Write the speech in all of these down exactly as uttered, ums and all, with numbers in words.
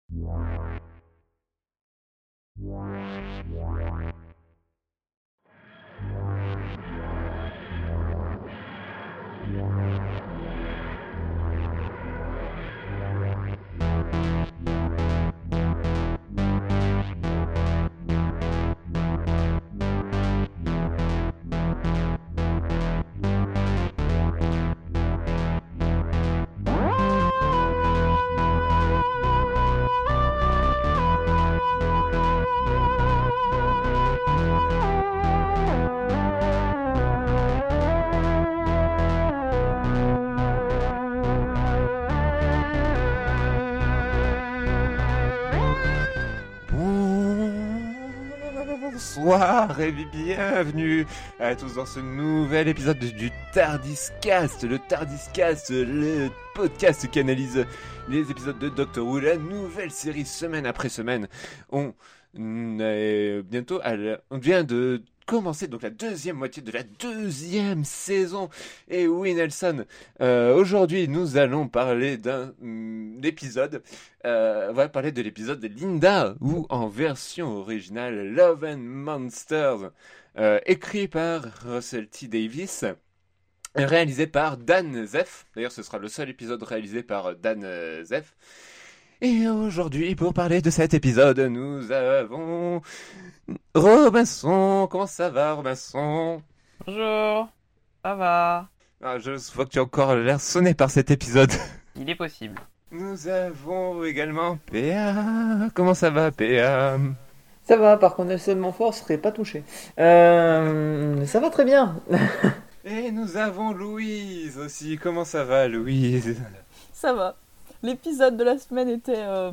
Bonsoir et bienvenue à tous dans ce nouvel épisode du TARDIScast, le TARDIScast, le podcast qui analyse les épisodes de Doctor Who, la nouvelle série semaine après semaine. On est bientôt à la... on vient de commencer donc la deuxième moitié de la deuxième saison. Et oui Nelson, euh, aujourd'hui nous allons parler d'un mm, épisode, euh, on va parler de l'épisode de Linda, ou en version originale Love and Monsters, euh, écrit par Russell T Davies, réalisé par Dan Zeff. D'ailleurs ce sera le seul épisode réalisé par Dan euh, Zeff. Et aujourd'hui, pour parler de cet épisode, nous avons Robinson. Comment ça va, Robinson? Bonjour, ça va? Ah, je vois que tu as encore l'air sonné par cet épisode. Il est possible. Nous avons également P A. Comment ça va, P A? Ça va, par contre, Nelson Montfort serait pas touché. Euh, ça va très bien. Et nous avons Louise aussi. Comment ça va, Louise? Ça va. L'épisode de la semaine était euh,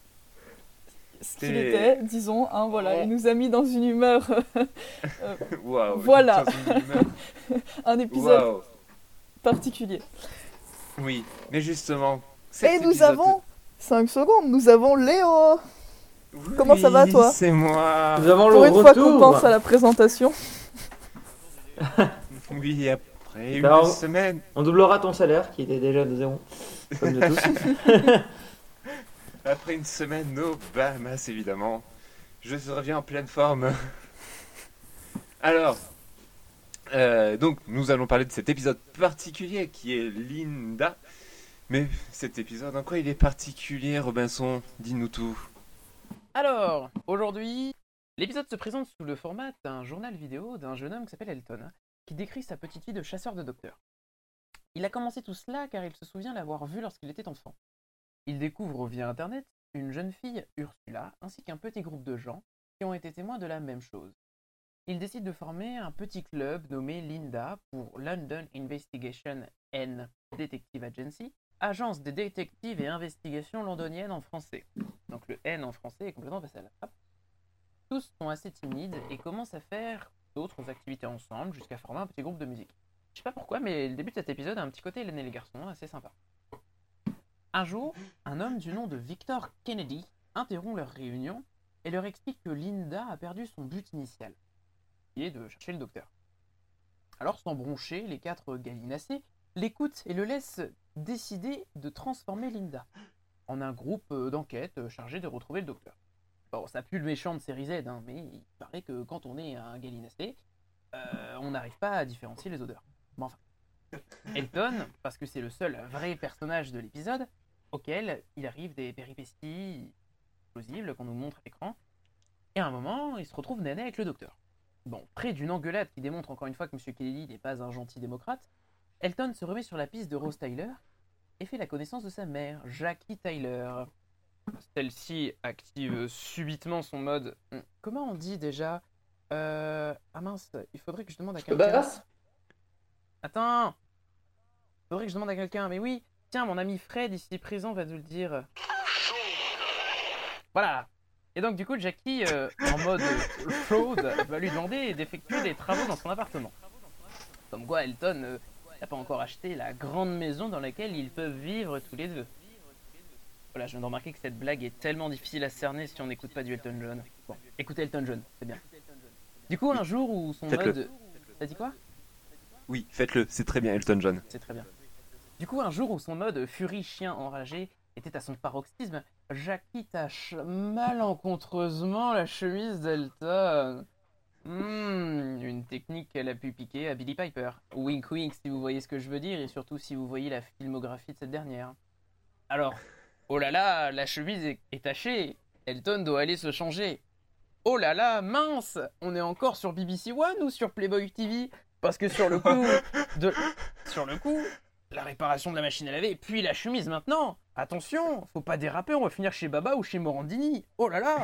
ce qu'il Et- était, disons. Hein, voilà, il nous a mis dans une humeur. euh, Waouh. Voilà. dans une humeur. un épisode Waouh. particulier. Oui, mais justement. cet Et nous épisode- avons cinq secondes, nous avons Léo. Oui, Comment ça va, toi? C'est moi. Nous avons Pour le une fois qu'on retour. pense à la présentation. Oui, après une Alors- semaine. On doublera ton salaire, qui était déjà de zéro. Comme de tous. Après une semaine au Bahamas, évidemment, je reviens en pleine forme. Alors, euh, donc, nous allons parler de cet épisode particulier qui est Linda. Mais cet épisode, en quoi il est particulier, Robinson? Dis-nous tout. Alors, aujourd'hui, l'épisode se présente sous le format d'un journal vidéo d'un jeune homme qui s'appelle Elton, qui décrit sa petite vie de chasseur de docteur. Il a commencé tout cela car il se souvient l'avoir vu lorsqu'il était enfant. Il découvre via internet une jeune fille, Ursula, ainsi qu'un petit groupe de gens qui ont été témoins de la même chose. Il décide de former un petit club nommé Linda pour London Investigation and Detective Agency, agence des détectives et investigations londoniennes en français. Donc le N en français est complètement passé à la trappe. Tous sont assez timides et commencent à faire d'autres activités ensemble jusqu'à former un petit groupe de musique. Je sais pas pourquoi, mais le début de cet épisode a un petit côté Hélène et les garçons, assez sympa. Un jour, un homme du nom de Victor Kennedy interrompt leur réunion et leur explique que Linda a perdu son but initial, qui est de chercher le docteur. Alors, sans broncher, les quatre gallinacés l'écoutent et le laissent décider de transformer Linda en un groupe d'enquête chargé de retrouver le docteur. Bon, ça pue le méchant de série Z, hein, mais il paraît que quand on est un gallinacé, euh, on n'arrive pas à différencier les odeurs. Bon, enfin. Elton, parce que c'est le seul vrai personnage de l'épisode, auquel il arrive des péripéties plausibles qu'on nous montre à l'écran, et à un moment, il se retrouve nez à nez avec le docteur. Bon, près d'une engueulade qui démontre encore une fois que M. Kennedy n'est pas un gentil démocrate, Elton se remet sur la piste de Rose Tyler et fait la connaissance de sa mère, Jackie Tyler. Celle-ci active subitement son mode... Comment on dit déjà euh... Ah mince, il faudrait que je demande à quelqu'un... Badass. Attends, il faudrait que je demande à quelqu'un, mais oui, tiens, mon ami Fred ici présent va nous le dire. Voilà. Et donc du coup, Jackie, euh, en mode fraude, va lui demander d'effectuer des travaux dans son appartement. Comme quoi, Elton euh, n'a pas encore acheté la grande maison dans laquelle ils peuvent vivre tous les deux. Voilà, je viens de remarquer que cette blague est tellement difficile à cerner si on n'écoute pas du Elton John. Bon, écoutez Elton John, c'est bien. Du coup, un jour où son Faites-le. mode... T'as dit quoi? Oui, faites-le, c'est très bien, Elton John. C'est très bien. Du coup, un jour où son mode furie chien enragé était à son paroxysme, Jackie tâche malencontreusement la chemise d'Elton. Hmm, une technique qu'elle a pu piquer à Billie Piper. Wink wink si vous voyez ce que je veux dire, et surtout si vous voyez la filmographie de cette dernière. Alors, oh là là, la chemise est, est tachée. Elton doit aller se changer. Oh là là, mince, on est encore sur B B C One ou sur Playboy T V? Parce que sur le coup, de... sur le coup, la réparation de la machine à laver, puis la chemise maintenant. Attention, faut pas déraper, on va finir chez Baba ou chez Morandini. Oh là là.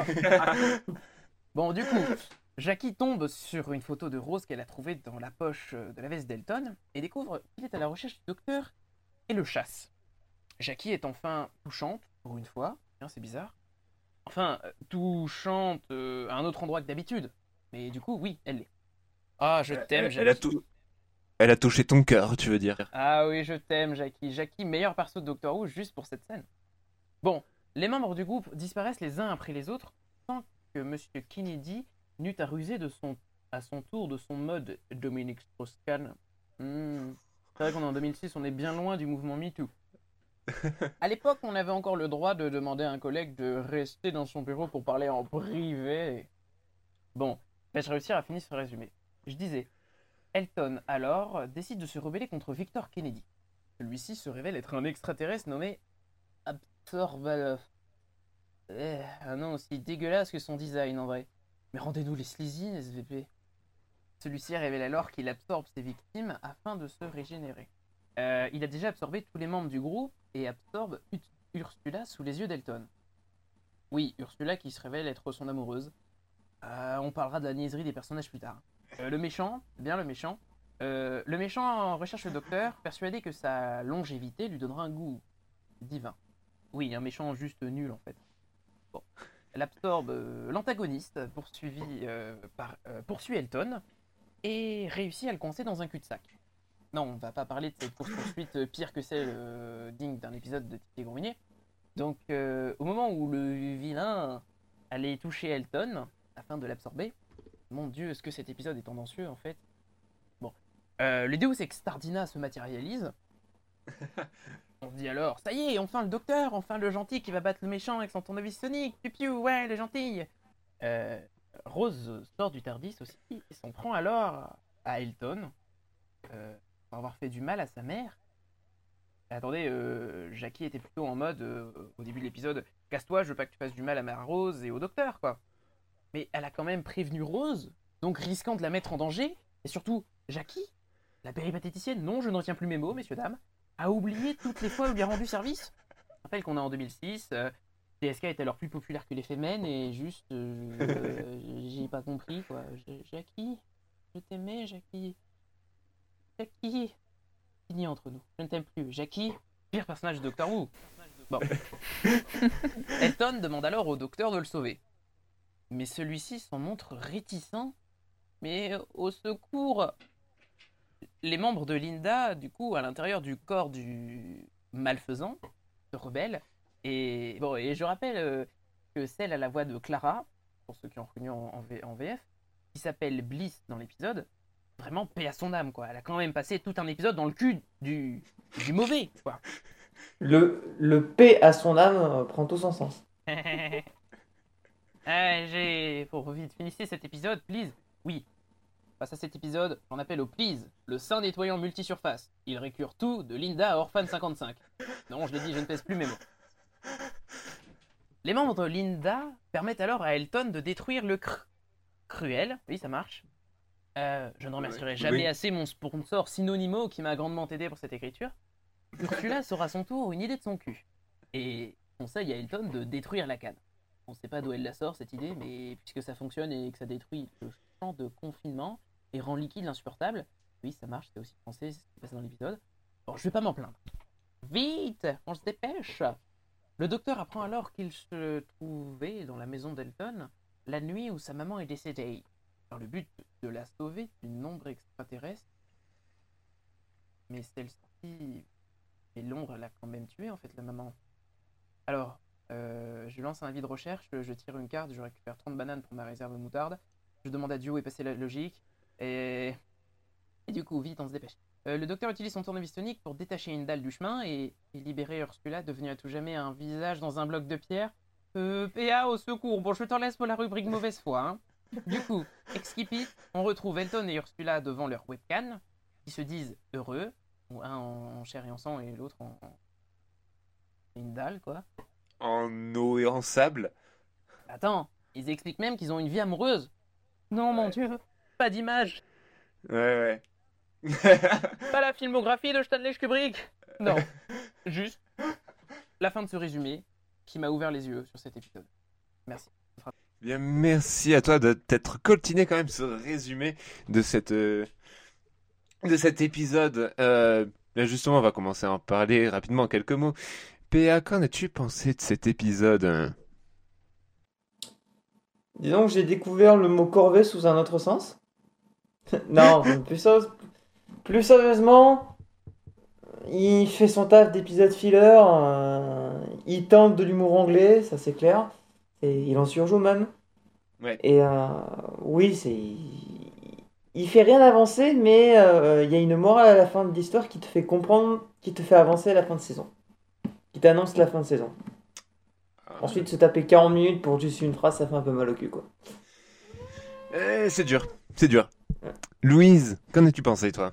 Bon, du coup, Jackie tombe sur une photo de Rose qu'elle a trouvée dans la poche de la veste d'Elton et découvre qu'il est à la recherche du docteur et le chasse. Jackie est enfin touchante, pour une fois, hein, c'est bizarre. Enfin, euh, touchante euh, à un autre endroit que d'habitude. Mais du coup, oui, elle l'est. Ah, je t'aime, Elle, Jackie. elle a tout. Elle a touché ton cœur, tu veux dire. Ah oui, je t'aime, Jackie. Jackie, meilleur perso de Doctor Who juste pour cette scène. Bon, les membres du groupe disparaissent les uns après les autres sans que Monsieur Kennedy n'eût à ruser de son, à son tour de son mode Dominic Strauss-Kahn. Hmm, c'est vrai qu'on est en deux mille six, on est bien loin du mouvement MeToo. À l'époque, on avait encore le droit de demander à un collègue de rester dans son bureau pour parler en privé. Bon, vais-je réussir à finir ce résumé? Je disais, Elton, alors, décide de se rebeller contre Victor Kennedy. Celui-ci se révèle être un extraterrestre nommé Absorbalov. Eh, un nom aussi dégueulasse que son design en vrai. Mais rendez-nous les sleazy, S V P. Celui-ci révèle alors qu'il absorbe ses victimes afin de se régénérer. Euh, il a déjà absorbé tous les membres du groupe et absorbe Ursula sous les yeux d'Elton. Oui, Ursula qui se révèle être son amoureuse. Euh, on parlera de la niaiserie des personnages plus tard. Euh, le méchant, bien le méchant. Euh, le méchant recherche le docteur, persuadé que sa longévité lui donnera un goût divin. Oui, un méchant juste nul en fait. Bon. Elle absorbe euh, l'antagoniste, poursuivi euh, par, euh, poursuit Elton, et réussit à le coincer dans un cul-de-sac. Non, on va pas parler de cette course-poursuite pire que celle euh, digne d'un épisode de Titi Grominier. Donc, euh, au moment où le vilain allait toucher Elton, afin de l'absorber, mon dieu, est-ce que cet épisode est tendancieux en fait? Bon, euh, le Deus Extardina se matérialise. On se dit alors, ça y est, enfin le docteur, enfin le gentil qui va battre le méchant avec son tournevis sonique, piu piu, ouais, le gentil. Euh, Rose sort du Tardis aussi et s'en prend alors à Elton, euh, pour avoir fait du mal à sa mère. Attendez, euh, Jackie était plutôt en mode, euh, au début de l'épisode, casse-toi, je veux pas que tu fasses du mal à ma Rose et au docteur, quoi. Mais elle a quand même prévenu Rose, donc risquant de la mettre en danger, et surtout, Jackie, la péripatéticienne, non, je ne retiens plus mes mots, messieurs, dames, a oublié toutes les fois où il lui a rendu service. Je rappelle qu'on est en deux mille six, euh, T S K est alors plus populaire que les Femen, et juste, euh, euh, j'ai pas compris, quoi. Jackie, je t'aimais, Jackie. Jackie. Fini entre nous, je ne t'aime plus. Jackie, pire personnage de Doctor Who. Bon. Elton demande alors au docteur de le sauver. Mais celui-ci s'en montre réticent. Mais au secours! Les membres de Linda, du coup, à l'intérieur du corps du malfaisant, se rebellent. Et, bon, et je rappelle euh, que celle à la voix de Clara, pour ceux qui ont reconnu en, en, v, en V F, qui s'appelle Bliss dans l'épisode, vraiment paix à son âme, quoi. Elle a quand même passé tout un épisode dans le cul du, du mauvais, quoi. Le, le paix à son âme euh, prend tout son sens. Ah, j'ai... Pour vite finissez cet épisode, please. Oui. Face à cet épisode, j'en appelle au please, le sein nettoyant multisurface. Il récure tout de Linda à Orphan cinquante-cinq. Non, je l'ai dit, je ne pèse plus mes mots. Les membres de Linda permettent alors à Elton de détruire le cr... Cruel. Oui, ça marche. Euh, je ne remercierai Ouais, jamais oui. assez mon sponsor Synonymo qui m'a grandement aidé pour cette écriture. Ursula sera à son tour une idée de son cul. Et conseille à Elton de détruire la canne. On ne sait pas d'où elle la sort cette idée, mais puisque ça fonctionne et que ça détruit le champ de confinement et rend liquide l'insupportable, oui ça marche, c'est aussi français, c'est ce qui passe dans l'épisode. Bon, je vais pas m'en plaindre. Vite, on se dépêche. Le docteur apprend alors qu'il se trouvait dans la maison d'Elton la nuit où sa maman est décédée, dans le but de la sauver d'une ombre extraterrestre. Mais celle-ci... Mais l'ombre l'a quand même tuée en fait, la maman. Alors, euh, je lance un avis de recherche, je tire une carte, je récupère trente bananes pour ma réserve moutarde. Je demande à Dieu où est passée la logique. Et... Et du coup, vite, on se dépêche. Euh, le docteur utilise son tournevis sonique pour détacher une dalle du chemin et, et libérer Ursula, devenue à tout jamais un visage dans un bloc de pierre. Euh, P A au secours, bon je t'en laisse pour la rubrique mauvaise foi. Hein. Du coup, Excipit, on retrouve Elton et Ursula devant leur webcam, qui se disent heureux, un en chair et en sang et l'autre en... une dalle quoi. En eau et en sable. Attends, ils expliquent même qu'ils ont une vie amoureuse. Non mon dieu, pas d'image. Ouais, ouais. Pas la filmographie de Stanley Kubrick. Non, juste la fin de ce résumé qui m'a ouvert les yeux sur cet épisode. Merci. Bien, merci à toi de t'être coltiné quand même ce résumé de cette euh, de cet épisode. Euh, là, justement, on va commencer à en parler rapidement en quelques mots. P A, qu'en as-tu pensé de cet épisode? Disons que j'ai découvert le mot corvée sous un autre sens. Non, plus, sérieux- plus sérieusement, il fait son taf d'épisode filler. euh, il tente de l'humour anglais, ça c'est clair. Et il en surjoue même. Ouais. Et euh, oui, c'est. Il fait rien avancer, mais euh, il y a une morale à la fin de l'histoire qui te fait comprendre, qui te fait avancer à la fin de saison. Qui t'annonce la fin de saison. Ensuite, se taper quarante minutes pour juste une phrase, ça fait un peu mal au cul, quoi. Euh, c'est dur, c'est dur. Louise, qu'en as-tu pensé, toi?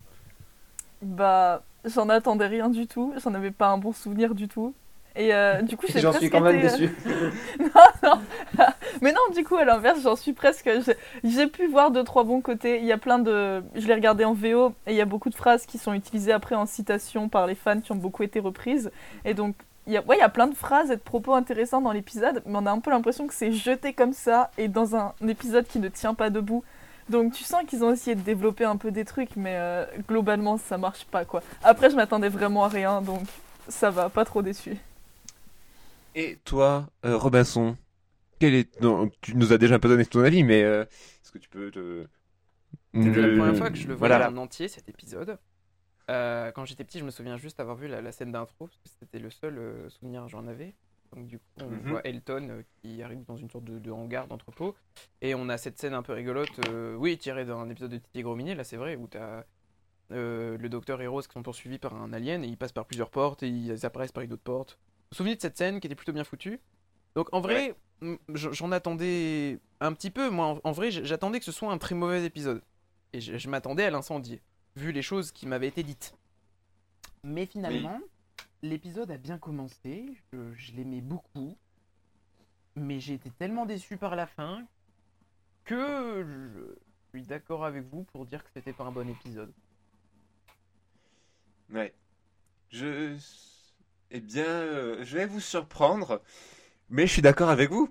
Bah, j'en attendais rien du tout. J'en avais pas un bon souvenir du tout. Et euh, du coup, j'ai J'en presque suis quand même été, euh, déçu. non, non. Mais non, du coup, à l'inverse, j'en suis presque. J'ai, j'ai pu voir deux, trois bons côtés. Il y a plein de. Je l'ai regardé en V O et il y a beaucoup de phrases qui sont utilisées après en citation par les fans qui ont beaucoup été reprises. Et donc, il y a, ouais, il y a plein de phrases et de propos intéressants dans l'épisode, mais on a un peu l'impression que c'est jeté comme ça et dans un épisode qui ne tient pas debout. Donc tu sens qu'ils ont essayé de développer un peu des trucs, mais euh, globalement, ça marche pas, quoi. Après, je m'attendais vraiment à rien, donc ça va, pas trop déçu. Et toi, euh, Robinson, quel est... non, tu nous as déjà un peu donné ton avis, mais euh, est-ce que tu peux te... C'était la le- première fois que je le voyais Voilà. en entier cet épisode. Euh, quand j'étais petit, je me souviens juste avoir vu la, la scène d'intro, parce que c'était le seul euh, souvenir que j'en avais. Donc du coup, on Mhm. voit Elton euh, qui arrive dans une sorte de, de hangar, d'entrepôt, et on a cette scène un peu rigolote, euh, oui, tirée d'un épisode de Titi Grominier, là c'est vrai, où t'as euh, le docteur et Rose qui sont poursuivis par un alien, et ils passent par plusieurs portes, et ils apparaissent par une autre porte. Vous vous souvenez de cette scène qui était plutôt bien foutue? Donc en vrai, m- j- j'en attendais un petit peu, moi en, en vrai j- j'attendais que ce soit un très mauvais épisode. Et je, je m'attendais à l'incendier, vu les choses qui m'avaient été dites. Mais finalement, l'épisode a bien commencé, je, je l'aimais beaucoup, mais j'ai été tellement déçu par la fin que je suis d'accord avec vous pour dire que c'était pas un bon épisode. Ouais. Je... Eh bien, euh, je vais vous surprendre, mais je suis d'accord avec vous.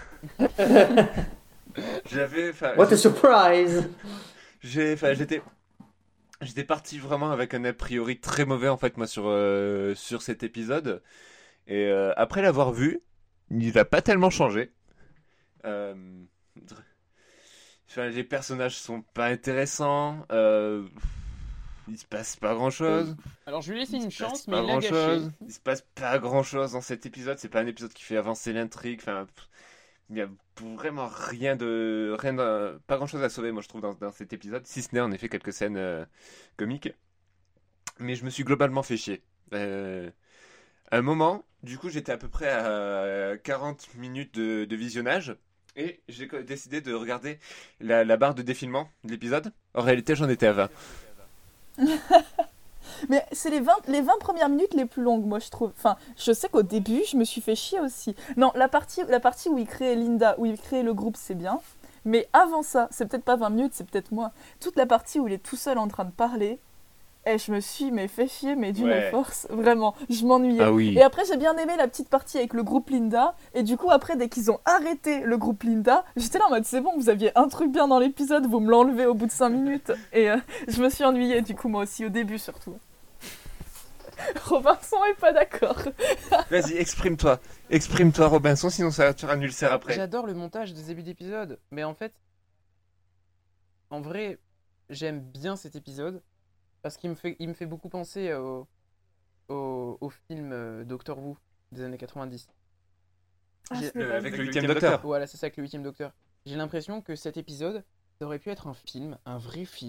J'avais... enfin, What a j'ai- surprise! j'ai... enfin, j'étais... J'étais parti vraiment avec un a priori très mauvais, en fait, moi, sur, euh, sur cet épisode. Et euh, après l'avoir vu, il va pas tellement changé. Euh, Enfin, les personnages sont pas intéressants. Euh... Il se passe pas grand chose. Alors je lui ai laissé une chance, mais pas il l'a grand gâché. chose. Il se passe pas grand chose dans cet épisode. C'est pas un épisode qui fait avancer l'intrigue. Enfin, pff, il y a vraiment rien de, rien de, pas grand chose à sauver, moi je trouve, dans, dans cet épisode. Si ce n'est en effet quelques scènes euh, comiques. Mais je me suis globalement fait chier. Euh, à un moment, du coup, j'étais à peu près à quarante minutes de, de visionnage. Et j'ai co- décidé de regarder la, la barre de défilement de l'épisode. En réalité, j'en étais à vingt. Mais c'est les vingt, les vingt premières minutes les plus longues, moi, je trouve. Enfin, je sais qu'au début, je me suis fait chier aussi. Non, la partie, la partie où il crée Linda, où il crée le groupe, c'est bien. Mais avant ça, c'est peut-être pas vingt minutes, c'est peut-être moins. Toute la partie où il est tout seul en train de parler, et je me suis mais fait chier, mais d'une Ouais. force. Vraiment, je m'ennuyais. Ah oui. Et après, j'ai bien aimé la petite partie avec le groupe Linda. Et du coup, après, dès qu'ils ont arrêté le groupe Linda, j'étais là en mode c'est bon, vous aviez un truc bien dans l'épisode, vous me l'enlevez au bout de cinq minutes. Et euh, je me suis ennuyée, du coup, moi aussi, au début surtout. Robinson est pas d'accord. Vas-y, exprime-toi. Exprime-toi, Robinson, sinon ça va te faire un ulcère après. J'adore le montage des débuts d'épisode, mais en fait, en vrai, j'aime bien cet épisode parce qu'il me fait, il me fait beaucoup penser au, au, au film euh, Doctor Who des années quatre-vingt-dix. Ah, J'ai- je l'ai Euh, pas avec vu. le huitième docteur. Voilà, c'est ça avec le huitième Docteur. J'ai l'impression que cet épisode, ça aurait pu être un film, un vrai film,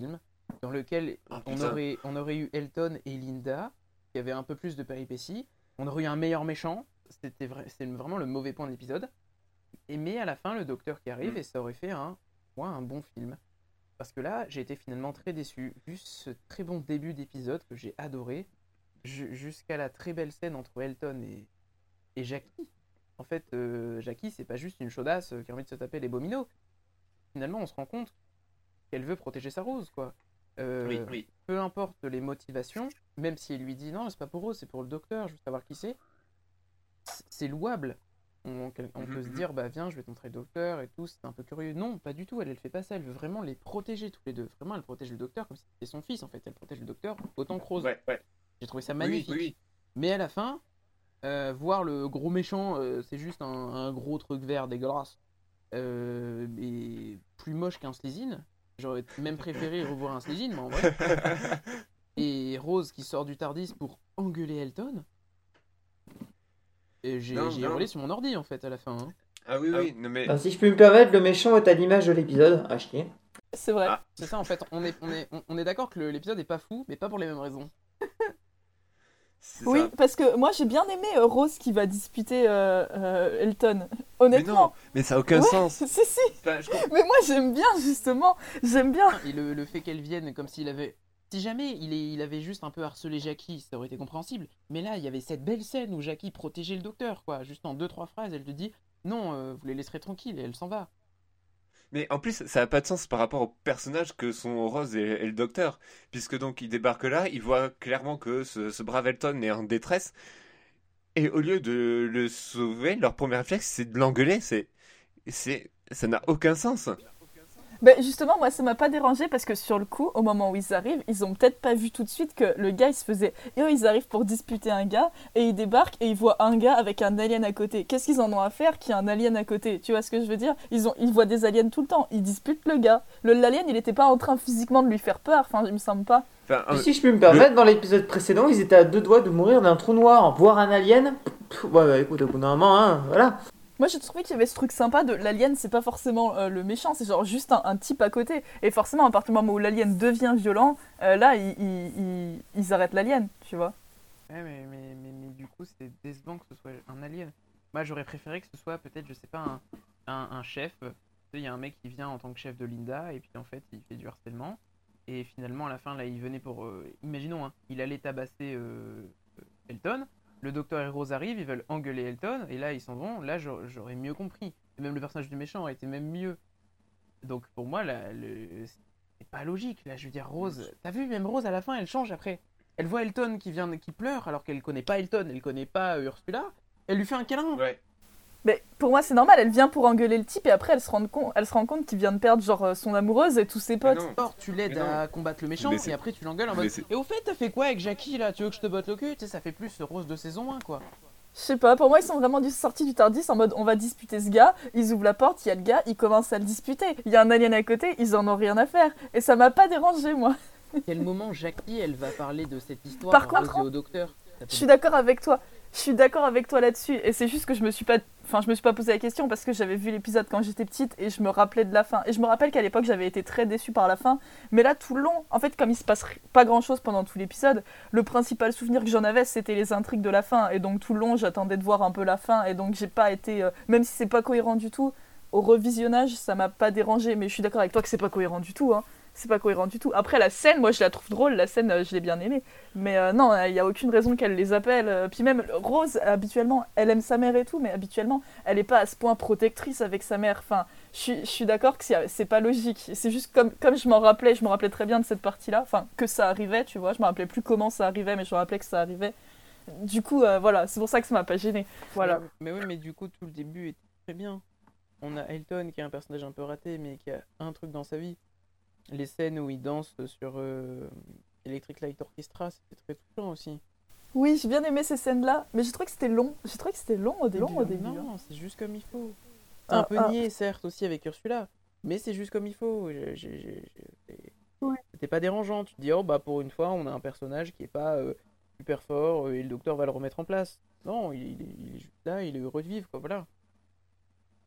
dans lequel Oh, on, putain. aurait, on aurait eu Elton et Linda, qui avaient un peu plus de péripéties. On aurait eu un meilleur méchant. C'était vrai, c'est vraiment le mauvais point de l'épisode. Et mais à la fin, le docteur qui arrive, Mm. et ça aurait fait un, ouais, un bon film. Parce que là, j'ai été finalement très déçu. Vu ce très bon début d'épisode que j'ai adoré, ju- jusqu'à la très belle scène entre Elton et, et Jackie. En fait, euh, Jackie, c'est pas juste une chaudasse euh, qui a envie de se taper les bominos. Finalement, on se rend compte qu'elle veut protéger sa Rose, quoi. Euh, Oui, oui. Peu importe les motivations, même si elle lui dit non, c'est pas pour Rose, c'est pour le docteur, je veux savoir qui c'est, c- c'est louable. On, on peut Mhm, se mhm. dire, bah viens, je vais te montrer le docteur et tout, c'est un peu curieux. Non, pas du tout, elle, elle fait pas ça, elle veut vraiment les protéger tous les deux. Vraiment, elle protège le docteur comme si c'était son fils, en fait. Elle protège le docteur autant que Rose. Ouais, ouais. J'ai trouvé ça Oui, magnifique. oui, oui. Mais à la fin, euh, voir le gros méchant, euh, c'est juste un, un gros truc vert dégueulasse. Euh, et plus moche qu'un Slezine. J'aurais même préféré revoir un Slezine, moi en vrai. Et Rose qui sort du Tardis pour engueuler Elton. Et j'ai Non, j'ai non. hurlé sur mon ordi en fait à la fin. hein. Ah oui, oui. Non, mais. Ben, si je puis me permettre, le méchant est à l'image de l'épisode. À chier. C'est vrai. Ah. C'est ça en fait, on est, on est, on- on est d'accord que le- l'épisode est pas fou, mais pas pour les mêmes raisons. C'est Oui, ça. parce que moi j'ai bien aimé euh, Rose qui va disputer euh, euh, Elton. Mais Honnêtement. non, mais ça a aucun Ouais. sens. Si, si. Enfin, je comprends. Mais moi j'aime bien justement. J'aime bien. Et le, le fait qu'elle vienne comme s'il avait. Si jamais il, est, il avait juste un peu harcelé Jackie, ça aurait été compréhensible. Mais là, il y avait cette belle scène où Jackie protégeait le docteur, quoi. Juste en deux, trois phrases, elle te dit non, euh, vous les laisserez tranquilles, et elle s'en va. Mais en plus, ça n'a pas de sens par rapport aux personnages que sont Rose et, et le docteur. Puisque donc, ils débarquent là, ils voient clairement que ce, ce brave Elton est en détresse. Et au lieu de le sauver, leur premier réflexe, c'est de l'engueuler. C'est, c'est, ça n'a aucun sens. Ben justement, moi ça m'a pas dérangé parce que sur le coup, au moment où ils arrivent, ils ont peut-être pas vu tout de suite que le gars il se faisait. Et eux ils arrivent pour disputer un gars et ils débarquent et ils voient un gars avec un alien à côté. Qu'est-ce qu'ils en ont à faire qu'il y a un alien à côté? Tu vois ce que je veux dire? Ils, ont, ils voient des aliens tout le temps, ils disputent le gars. Le, l'alien il était pas en train physiquement de lui faire peur, enfin il me semble pas. Enfin, Et un- si je puis me permettre, dans l'épisode précédent, ils étaient à deux doigts de mourir d'un trou noir. Voir un alien. Pff, ouais, bah écoute, au bout d'un moment, hein, voilà. Moi j'ai trouvé qu'il y avait ce truc sympa de l'alien, c'est pas forcément euh, le méchant, c'est genre juste un, un type à côté. Et forcément, à partir du moment où l'alien devient violent, euh, là ils, ils, ils, ils arrêtent l'alien, tu vois. Ouais, mais, mais, mais, mais du coup, c'est décevant que ce soit un alien. Moi, j'aurais préféré que ce soit peut-être, je sais pas, un, un, un chef. Tu sais, il y a un mec qui vient en tant que chef de Linda, et puis en fait, il fait du harcèlement. Et finalement, à la fin, là, il venait pour. euh, imaginons, hein, il allait tabasser euh, euh, Elton. Le docteur et Rose arrivent, ils veulent engueuler Elton, et là, ils s'en vont. Là, j'aurais j'aurais mieux compris. Et même le personnage du méchant aurait été même mieux. Donc, pour moi, là, le... c'est pas logique. Là, je veux dire, Rose. T'as vu, même Rose, à la fin, elle change après. Elle voit Elton qui vient, qui pleure, alors qu'elle connaît pas Elton, elle connaît pas euh, Ursula. Elle lui fait un câlin. ouais. Mais pour moi, c'est normal, elle vient pour engueuler le type et après elle se rend compte, elle se rend compte qu'il vient de perdre genre euh, son amoureuse et tous ses Mais potes. non. Or, tu l'aides Mais non. à combattre le méchant, Mais c'est- et après tu l'engueules en Mais mode. c'est- Et au fait, t'as fait quoi avec Jackie là? Tu veux que je te botte le cul? Tu sais, ça fait plus Rose de saison un, quoi. Je sais pas, pour moi ils sont vraiment du- sortis du Tardis en mode on va disputer ce gars, ils ouvrent la porte, il y a le gars, ils commencent à le disputer. Il y a un alien à côté, ils en ont rien à faire. Et ça m'a pas dérangé moi. Quel moment Jackie, elle va parler de cette histoire Par à contre, Rose et au docteur? Ça Je fait- suis d'accord avec toi. Je suis d'accord avec toi là-dessus. Et c'est juste que je me suis pas, enfin, je me suis pas posé la question parce que j'avais vu l'épisode quand j'étais petite et je me rappelais de la fin. Et je me rappelle qu'à l'époque j'avais été très déçue par la fin. Mais là, tout le long, en fait, comme il se passe ri- pas grand-chose pendant tout l'épisode, le principal souvenir que j'en avais, c'était les intrigues de la fin. Et donc tout le long, j'attendais de voir un peu la fin. Et donc j'ai pas été, euh, même si c'est pas cohérent du tout, au revisionnage, ça m'a pas dérangé. Mais je suis d'accord avec toi que c'est pas cohérent du tout. Hein. C'est pas cohérent du tout. Après, la scène, moi, je la trouve drôle. La scène, euh, je l'ai bien aimée. Mais euh, non, il n'y a aucune raison qu'elle les appelle. Euh, Puis même, Rose, habituellement, elle aime sa mère et tout, mais habituellement, elle n'est pas à ce point protectrice avec sa mère. Enfin, je suis- je suis d'accord que c'est c'est pas logique. C'est juste comme, comme je m'en rappelais, je me rappelais très bien de cette partie-là. Enfin, que ça arrivait, tu vois. Je me rappelais plus comment ça arrivait, mais je me rappelais que ça arrivait. Du coup, euh, voilà, c'est pour ça que ça m'a pas gêné. Voilà. Mais, mais oui, mais du coup, tout le début est très bien. On a Elton qui est un personnage un peu raté, mais qui a un truc dans sa vie. Les scènes où il danse sur euh, Electric Light Orchestra, c'était très touchant aussi. Oui, j'ai bien aimé ces scènes-là, mais j'ai trouvé que c'était long. J'ai trouvé que c'était long au début. Long au début, non, c'est juste comme il faut. C'est Ah, un peu ah. niais, certes, aussi avec Ursula, mais c'est juste comme il faut. Je- je- je- je- c'est- Ouais. C'était pas dérangeant. Tu te dis, oh bah pour une fois, on a un personnage qui est pas euh, super fort euh, et le docteur va le remettre en place. Non, il, il est, il est juste là, il est heureux de vivre, quoi, voilà.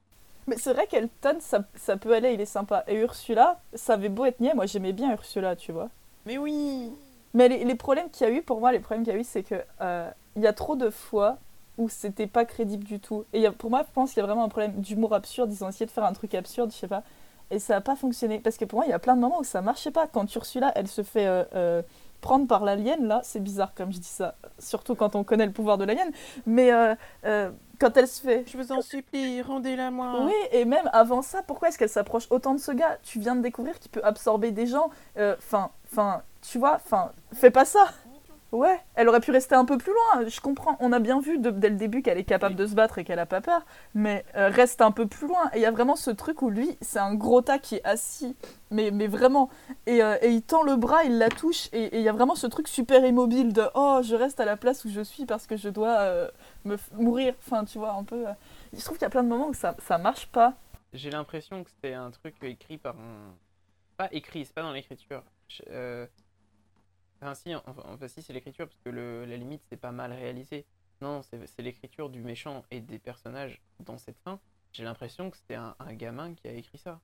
Mais c'est vrai qu'Elton, ça, ça peut aller, il est sympa. Et Ursula, ça avait beau être niais, moi j'aimais bien Ursula, tu vois. Mais oui. Mais les, les problèmes qu'il y a eu, pour moi, les problèmes qu'il y a eu, c'est que euh, il y a trop de fois où c'était pas crédible du tout. Et il y a, pour moi, je pense qu'il y a vraiment un problème d'humour absurde. Ils ont essayé de faire un truc absurde, je sais pas. Et ça a pas fonctionné. Parce que pour moi, il y a plein de moments où ça marchait pas. Quand Ursula, elle se fait euh, euh, prendre par l'alien, là, c'est bizarre comme je dis ça. Surtout quand on connaît le pouvoir de l'alien. Mais euh, euh, quand elle se fait... Je vous en supplie, rendez-la moi. Oui, et même avant ça, pourquoi est-ce qu'elle s'approche autant de ce gars? Tu viens de découvrir qu'il peut absorber des gens. Enfin, euh, enfin, tu vois, enfin, fais pas ça. Ouais, elle aurait pu rester un peu plus loin, je comprends. On a bien vu de, dès le début qu'elle est capable de se battre et qu'elle a pas peur, mais euh, reste un peu plus loin. Et il y a vraiment ce truc où lui, c'est un gros tas qui est assis, mais, mais vraiment. Et, euh, et il tend le bras, il la touche, et il y a vraiment ce truc super immobile de « Oh, je reste à la place où je suis parce que je dois euh, me f- mourir ». Enfin, tu vois, un peu... euh. Je trouve qu'il y a plein de moments où ça, ça marche pas. J'ai l'impression que c'était un truc écrit par un... Pas écrit, c'est pas dans l'écriture. Je- euh, Enfin, si, enfin, enfin, si c'est l'écriture, parce que le, la limite, c'est pas mal réalisé. Non, c'est c'est l'écriture du méchant et des personnages dans cette fin. J'ai l'impression que c'était un, un gamin qui a écrit ça.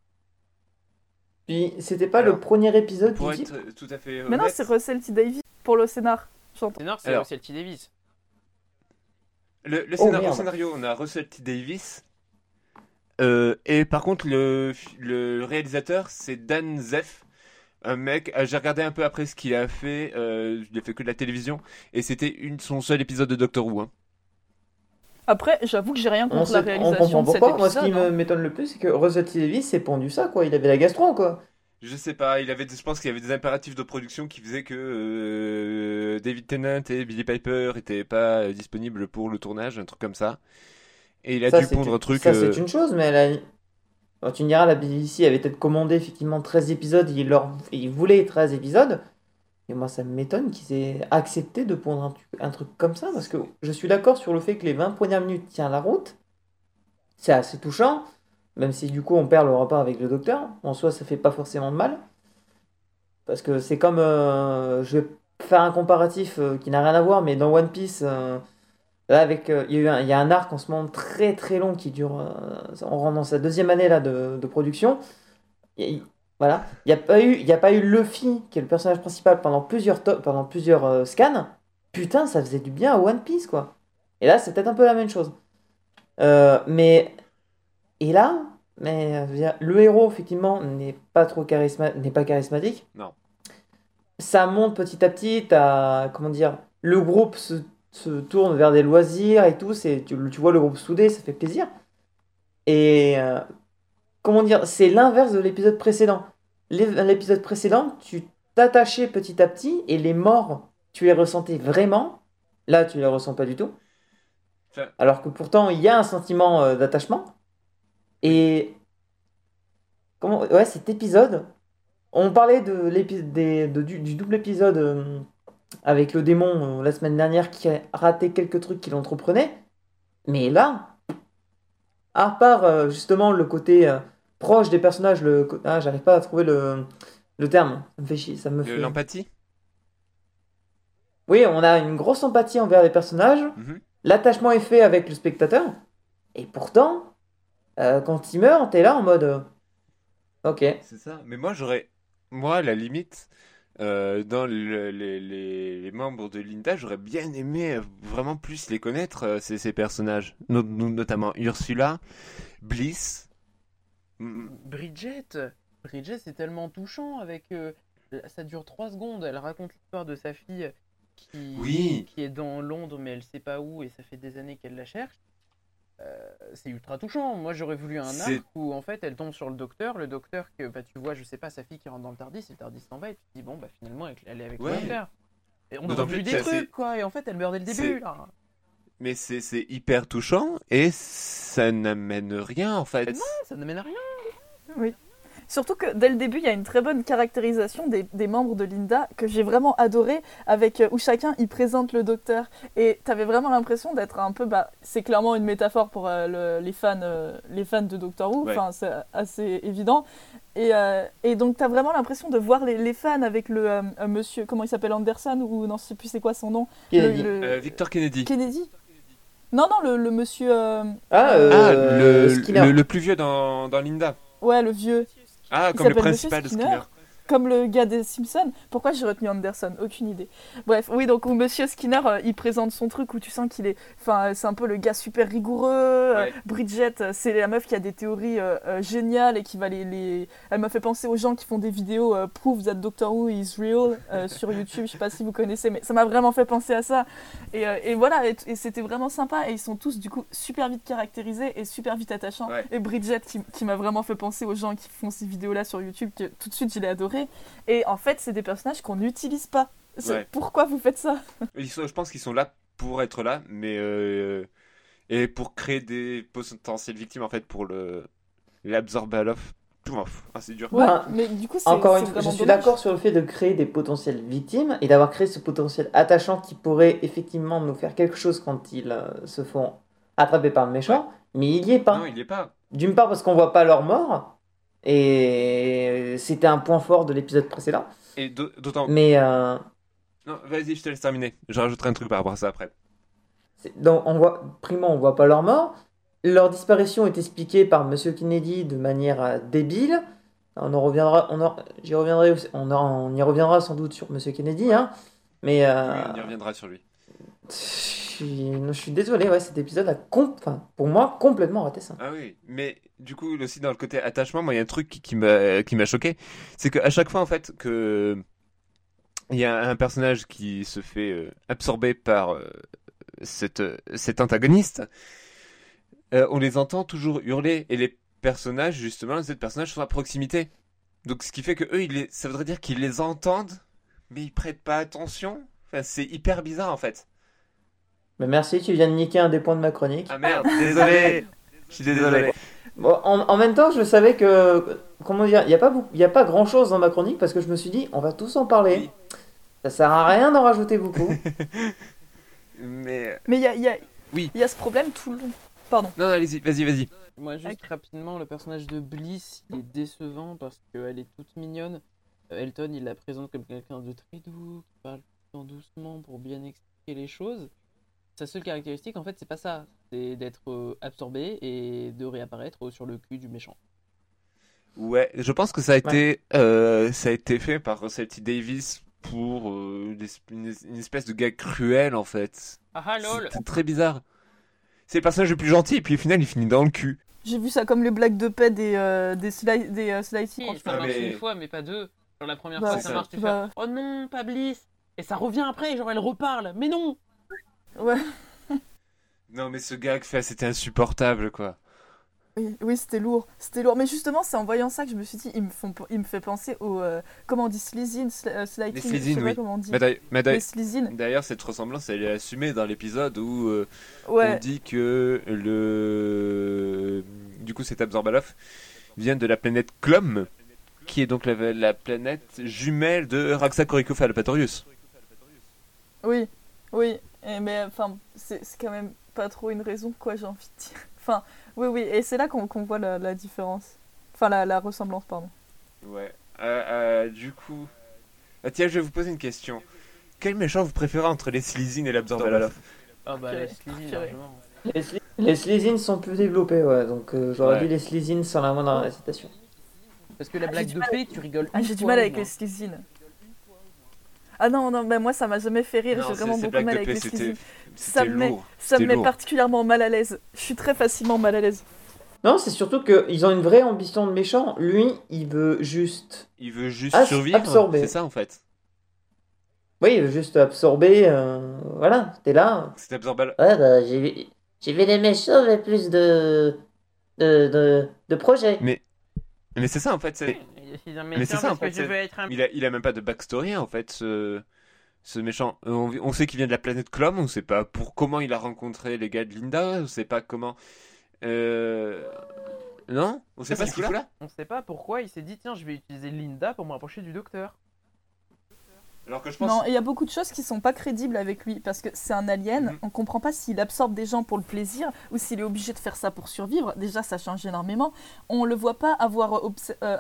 Puis c'était pas Alors, le premier épisode Pour du être type. tout à fait Mais non, honnête, c'est Russell T. Davies pour le scénar. J'entends. Ténor, c'est Alors. Russell T. Davies. le, le Oh, scénar- au merde. scénario, on a Russell T. Davies. Euh, et par contre, le, le réalisateur, c'est Dan Zeff. Un mec, euh, j'ai regardé un peu après ce qu'il a fait. Euh, il a fait que de la télévision. Et c'était une, son seul épisode de Doctor Who. Hein. Après, j'avoue que j'ai rien On, contre la sait- on réalisation comprend de cet pourquoi. Moi, ce épisode. qui me hein. m'étonne le plus, c'est que Russell T Davies s'est pondu ça, quoi. Il avait la gastro, quoi. Je sais pas, il avait, des- je pense qu'il y avait des impératifs de production qui faisaient que euh, David Tennant et Billy Piper étaient pas euh, disponibles pour le tournage, un truc comme ça. Et il a Ça, dû c'est pondre une... un truc. ça, euh, c'est une chose, mais la... Alors, tu me diras, la B B C avait peut-être commandé effectivement treize épisodes, il, leur... il voulait treize épisodes. Et moi, ça m'étonne qu'ils aient accepté de pondre un, truc- un truc comme ça, parce que je suis d'accord sur le fait que les vingt premières minutes tiennent la route. C'est assez touchant, même si du coup on perd le rapport avec le docteur. En soi, ça fait pas forcément de mal. Parce que c'est comme. euh, je vais faire un comparatif euh, qui n'a rien à voir, mais dans One Piece, euh, là, avec, euh, il y a eu un, il y a un arc en ce moment très très long qui dure. euh, on rentre dans sa deuxième année là, de, de production. Et il- voilà. Il n'y a pas eu, il y a pas eu Luffy, qui est le personnage principal, pendant plusieurs, to- pendant plusieurs euh, scans. Putain, ça faisait du bien à One Piece, quoi. Et là, c'est peut-être un peu la même chose. Euh, mais. Et là, mais, euh, je veux dire, le héros, effectivement, n'est pas trop charisma... n'est pas charismatique. Non. Ça monte petit à petit, t'as, comment dire, le groupe se, se tourne vers des loisirs et tout, c'est, tu, tu vois le groupe soudé, ça fait plaisir. Et, euh, comment dire, c'est l'inverse de l'épisode précédent. L'é- L'épisode précédent, tu t'attachais petit à petit, et les morts, tu les ressentais vraiment. Là, tu les ressens pas du tout. Enfin, Alors que pourtant, il y a un sentiment euh, d'attachement. Et comment, ouais, cet épisode, on parlait de l'épi- des- de- du, du double épisode euh, avec le démon euh, la semaine dernière qui a raté quelques trucs qu'il entreprenait. Mais là, à part euh, justement le côté euh, proche des personnages, le, co- ah, j'arrive pas à trouver le, le terme. Ça me fait chier, ça me le- fait. l'empathie. Oui, on a une grosse empathie envers les personnages. Mhm. L'attachement est fait avec le spectateur. Et pourtant, euh, quand il meurt, t'es là en mode. euh, Ok. C'est ça. Mais moi, j'aurais. Moi, à la limite, euh, dans le- les, les- les membres de Linda, j'aurais bien aimé euh, vraiment plus les connaître, euh, ces, ces personnages. No- no- notamment Ursula, Bliss. Mm, Bridget. Bridget, c'est tellement touchant avec. euh, ça dure trois secondes. Elle raconte l'histoire de sa fille qui, Oui. qui est dans Londres, mais elle sait pas où et ça fait des années qu'elle la cherche. Euh, c'est ultra touchant. Moi, j'aurais voulu un C'est- arc où en fait elle tombe sur le docteur, le docteur que bah, tu vois, je sais pas, sa fille qui rentre dans le TARDIS, et le TARDIS s'en va et tu te dis bon bah finalement elle, elle est avec Ouais. le docteur. Et on D'autant aurait vu plus des que trucs c'est- quoi, et en fait elle meurt dès le c'est- début là. Mais c'est c'est hyper touchant et ça n'amène rien en fait. Non, ça n'amène à rien. Oui. Surtout que dès le début, il y a une très bonne caractérisation des, des membres de Linda que j'ai vraiment adoré, avec euh, où chacun y présente le docteur. Et t'avais vraiment l'impression d'être un peu, bah, c'est clairement une métaphore pour euh, le- les fans, euh, les fans de Doctor Who. Ouais. Enfin, c'est assez évident. Et, euh, et donc t'as vraiment l'impression de voir les, les fans avec le euh, euh, monsieur, comment il s'appelle, Anderson ou non, je sais plus c'est quoi son nom. Kennedy. Le- le- Euh, Victor Kennedy. Kennedy. Non, non, le, le monsieur. euh, Ah, euh, Ah, euh, le, Skinner. le, le plus vieux dans, dans Linda. Ouais, le vieux. Ah, Il comme le s'appelle principal de Monsieur Skinner. Skinner. Comme le gars des Simpsons. Pourquoi j'ai retenu Anderson? Aucune idée. Bref, oui, donc où Monsieur Skinner, euh, il présente son truc où tu sens qu'il est. Enfin, c'est un peu le gars super rigoureux. euh, Ouais. Bridget, euh, c'est la meuf qui a des théories euh, euh, géniales et qui va les, les. Elle m'a fait penser aux gens qui font des vidéos euh, Prove that Doctor Who is real euh, sur YouTube. Je sais pas si vous connaissez, mais ça m'a vraiment fait penser à ça. Et, euh, et voilà, et, et c'était vraiment sympa. Et ils sont tous, du coup, super vite caractérisés et super vite attachants. Ouais. Et Bridget, qui, qui m'a vraiment fait penser aux gens qui font ces vidéos-là sur YouTube, que tout de suite, je l'ai adoré. Et en fait, c'est des personnages qu'on n'utilise pas. C'est- Ouais. Pourquoi vous faites ça? Ils sont- je pense qu'ils sont là pour être là, mais euh, et pour créer des potentielles victimes en fait pour le l'Absorbaloff. Ouf, ah, c'est dur. Ouais, Ben, mais du coup, c'est Encore c'est une fois, je vraiment suis dommage. d'accord sur le fait de créer des potentielles victimes et d'avoir créé ce potentiel attachant qui pourrait effectivement nous faire quelque chose quand ils euh, se font attraper par le méchant, mais il y est pas. Non, il est pas. D'une part parce qu'on voit pas leur mort, et c'était un point fort de l'épisode précédent, Et d'au- d'autant. mais euh, Non, vas-y, je te laisse terminer. Je rajouterai un truc par rapport à ça après. c'est- donc on voit, primo, on voit pas leur mort. Leur disparition est expliquée par Monsieur Kennedy de manière euh, débile. On en reviendra, on en, j'y reviendrai, aussi- on, en- on y reviendra sans doute sur Monsieur Kennedy, hein. Mais euh, Oui, on y reviendra sur lui. je suis, je suis désolé, ouais, cet épisode a, com- enfin, pour moi, complètement raté ça. Ah oui, mais du coup aussi dans le côté attachement, moi il y a un truc qui, qui m'a qui m'a choqué, c'est qu'à chaque fois en fait que il y a un personnage qui se fait euh, absorber par euh, cette, euh, cet antagoniste, euh, on les entend toujours hurler et les personnages justement, les autres personnages sont à proximité. Donc ce qui fait que eux, ils les... ça voudrait dire qu'ils les entendent, mais ils prêtent pas attention. Enfin, c'est hyper bizarre en fait. Mais merci, tu viens de niquer un des points de ma chronique. Ah merde, désolé, je suis désolé. Bon, en, en même temps, je savais que, comment dire, il n'y a pas, beaucoup- il y a pas grand chose dans ma chronique parce que je me suis dit, on va tous en parler. Oui. Ça sert à rien d'en rajouter beaucoup. Mais Mais il y a, il y, a, Oui. il y a ce problème tout le long. Pardon. non, non, allez-y, vas-y, vas-y. Moi, juste Ok. rapidement, le personnage de Bliss, il est décevant parce qu'elle est toute mignonne. Euh, Elton, il la présente comme quelqu'un de très doux, qui parle tout le temps doucement pour bien expliquer les choses. Sa seule caractéristique, en fait, c'est pas ça. C'est d'être euh, absorbé et de réapparaître euh, sur le cul du méchant. Ouais, je pense que ça a été, euh, ça a été fait par Russell T Davis pour euh, une es- une es- une espèce de gag cruel en fait. Ah lol. C'était très bizarre. C'est le personnage le plus gentil et puis au final il finit dans le cul. J'ai vu ça comme les blagues de paix des, euh, des, sli des euh, Slicey. Si, quand tu ça Ah, marche mais- une fois, mais pas deux. Genre la première Bah, fois, c'est ça ça. marche, tu Bah. fais oh non, pas Bliss. Et ça revient après, genre elle reparle. Mais non. Ouais, Non mais ce gag fait, c'était insupportable quoi. oui, oui, c'était lourd. C'était lourd. Mais justement, c'est en voyant ça que je me suis dit, il me, font, il me fait penser au. euh, comment on dit Slizine, sli, euh, Slighting, Les je sais Slizine, pas oui. comment on dit. Mais d'ailleurs- mais Les d'ailleurs- Slizine. D'ailleurs cette ressemblance elle est assumée dans l'épisode où euh, on Ouais, dit que le du coup cet Absorbaloff vient de la planète Clom, qui est donc la, la planète jumelle de Raxacoricofallapatorius. oui, oui. Et, mais enfin, c'est c'est quand même pas trop une raison, quoi, j'ai envie de dire. Enfin, oui, oui. Et c'est là qu'on qu'on voit la, la différence. Enfin, la, la ressemblance, pardon. Ouais. Euh, euh, du coup. Ah, tiens, je vais vous poser une question. Quel méchant vous préférez entre les Slizine et l'Absorbaloff? Ah bah Purée, les Slizine, purée. largement. Les, sli- les Slizines sont plus développés, ouais, donc euh, j'aurais Ouais. dit les Slizines sans la moindre récitation. Parce que la Ah, blague j'ai de du mal paix, tu rigoles. Ah, une j'ai du fois mal au avec moins. les Slizine. Ah non, non, bah moi ça m'a jamais fait rire, Non, j'ai c'est- vraiment ces beaucoup blagues mal de avec paix, les c'était Slizine. Ça c'était me met- lourd. Ça me C'était met lourd. particulièrement mal à l'aise. Je suis très facilement mal à l'aise. Non, c'est surtout qu'ils ont une vraie ambition de méchant. Lui, il veut juste. Il veut juste As- survivre, absorber. c'est ça en fait. Oui, il veut juste absorber. euh, Voilà, t'es là. Cet Absorbaloff. Ouais, bah, j'ai vu, j'ai vu des méchants, mais plus de. de. de, de projets. Mais, mais c'est ça en fait. c'est- C'est un Mais c'est méchant ça, en parce que fait, je c'est- veux être un Il a, il a même pas de backstory en fait, ce, ce méchant. Euh, On, on sait qu'il vient de la planète Clom, on sait pas pour comment il a rencontré les gars de Linda, on sait pas comment. Euh... Non, on sait Ça, pas c'est ce qu'il fout là. On sait pas pourquoi il s'est dit tiens je vais utiliser Linda pour me rapprocher du docteur. Alors que je pense. Non, et il y a beaucoup de choses qui sont pas crédibles avec lui parce que c'est un alien, Mhm. on comprend pas s'il absorbe des gens pour le plaisir ou s'il est obligé de faire ça pour survivre. Déjà, ça change énormément. On le voit pas avoir obs- euh, ap-